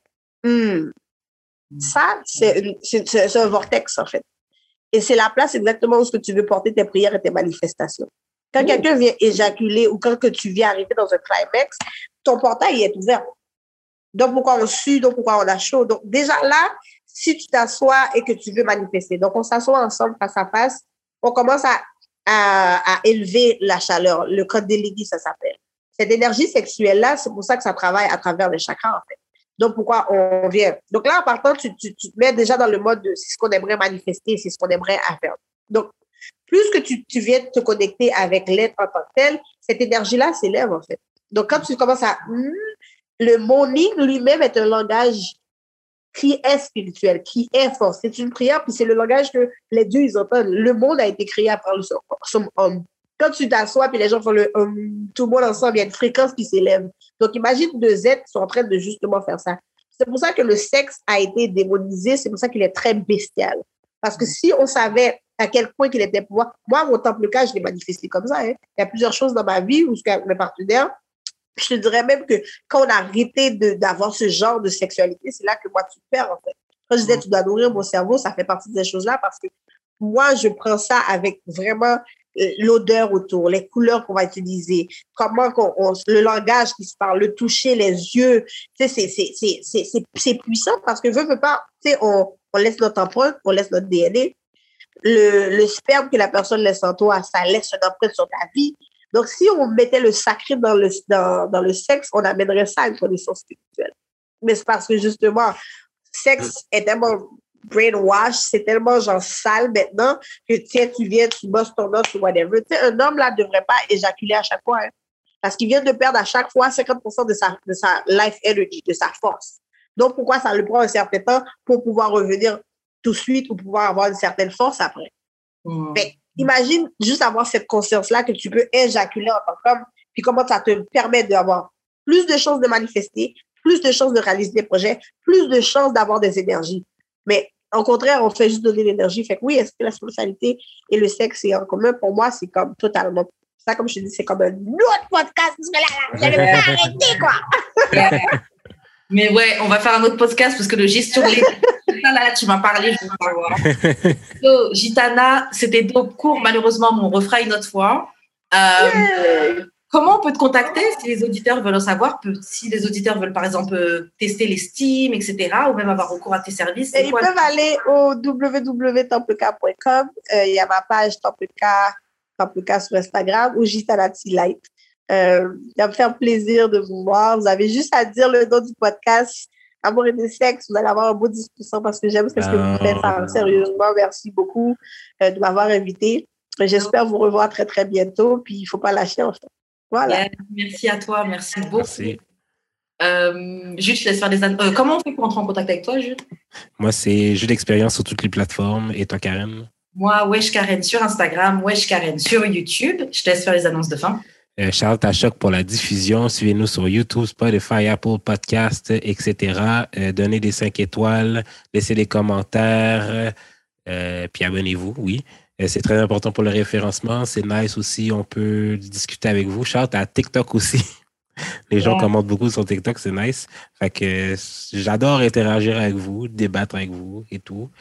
ça, c'est un vortex en fait. Et c'est la place exactement où tu veux porter tes prières et tes manifestations. Quand quelqu'un vient éjaculer ou quand que tu viens arriver dans un climax, ton portail est ouvert. Donc, pourquoi on sue, donc pourquoi on a chaud. Donc, déjà là, si tu t'assois et que tu veux manifester, donc on s'assoit ensemble face à face, on commence à élever la chaleur. Le code délégué, ça s'appelle. Cette énergie sexuelle-là, c'est pour ça que ça travaille à travers les chakras, en fait. Donc, pourquoi on vient? Donc là, en partant, tu te mets déjà dans le mode de c'est ce qu'on aimerait manifester, c'est ce qu'on aimerait faire. Donc, plus que tu viens te connecter avec l'être en tant que tel, cette énergie-là s'élève, en fait. Donc, quand tu commences le morning lui-même est un langage qui est spirituel, qui est fort. C'est une prière, puis c'est le langage que les dieux, ils entendent. Le monde a été créé à travers son homme. quand tu t'assois puis les gens font tout le monde ensemble, il y a une fréquence qui s'élève. Donc, imagine deux êtres qui sont en train de justement faire ça. C'est pour ça que le sexe a été démonisé. C'est pour ça qu'il est très bestial. Parce que si on savait à quel point qu'il était pouvoir, moi, mon temple cas, je l'ai manifesté comme ça. Hein. Il y a plusieurs choses dans ma vie où mes partenaires, je te dirais même que quand on a arrêté d'avoir ce genre de sexualité, c'est là que moi, tu perds, en fait. Quand je disais, tu dois nourrir mon cerveau, ça fait partie de ces choses-là parce que moi, je prends ça avec vraiment l'odeur autour, les couleurs qu'on va utiliser, comment le langage qui se parle, le toucher, les yeux, c'est puissant parce que veut pas, on laisse notre empreinte, on laisse notre DNA. Le sperme que la personne laisse en toi, ça laisse une empreinte sur ta vie. Donc, si on mettait le sacré dans le sexe, on amènerait ça à une condition spirituelle. Mais c'est parce que justement, sexe est tellement brainwash, c'est tellement genre sale maintenant que tiens, tu viens, tu bosses ton os ou whatever. Tu sais, un homme là ne devrait pas éjaculer à chaque fois, hein, parce qu'il vient de perdre à chaque fois 50% de sa life energy, de sa force. Donc, pourquoi ça lui prend un certain temps pour pouvoir revenir tout de suite ou pouvoir avoir une certaine force après? Mais imagine juste avoir cette conscience-là que tu peux éjaculer en tant qu'homme, puis comment ça te permet d'avoir plus de chances de manifester, plus de chances de réaliser des projets, plus de chances d'avoir des énergies. Mais au contraire, on fait juste donner l'énergie. Fait que oui, est-ce que la spiritualité et le sexe c'est en commun? Pour moi, c'est comme totalement. Ça, comme je te dis, c'est comme un autre podcast. Parce que là, vous n'allez pas arrêter, quoi. Mais ouais, on va faire un autre podcast parce que le gestion là, tu m'as parlé, je veux savoir. So, Gitana, c'était dope court. Malheureusement, on refera une autre fois. Comment on peut te contacter si les auditeurs veulent en savoir, si les auditeurs veulent par exemple tester les Steam, etc., ou même avoir recours à tes services? Ils peuvent aller au www.templeK.com. Il y a ma page TempleK sur Instagram ou Gitana T-Light. Ça va me faire plaisir de vous voir. Vous avez juste à dire le nom du podcast, Amour et de sexe. Vous allez avoir un beau 10% parce que j'aime ce que vous faites. Sérieusement, merci beaucoup de m'avoir invité. J'espère vous revoir très, très bientôt. Puis, il ne faut pas lâcher, en fait. Voilà. Yeah, merci à toi, merci beaucoup. Merci. Jules, je te laisse faire des annonces. Comment on fait pour entrer en contact avec toi, Jules? Moi, c'est Jules d'Expérience sur toutes les plateformes. Et toi, Karen? Moi, Wesh Karen sur Instagram, Wesh Karen sur YouTube. Je te laisse faire les annonces de fin. Shout à Choc pour la diffusion. Suivez-nous sur YouTube, Spotify, Apple Podcast, etc. Donnez des 5 étoiles, laissez des commentaires, puis abonnez-vous, oui. C'est très important pour le référencement. C'est nice aussi. On peut discuter avec vous. Shout à TikTok aussi. Les gens commentent beaucoup sur TikTok. C'est nice. Fait que j'adore interagir avec vous, débattre avec vous et tout.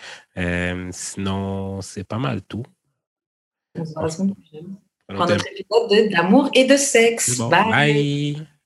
Sinon, c'est pas mal tout. On se voit la semaine prochaine. Pour un autre épisode d'Amour et de sexe. Bon. Bye. Bye.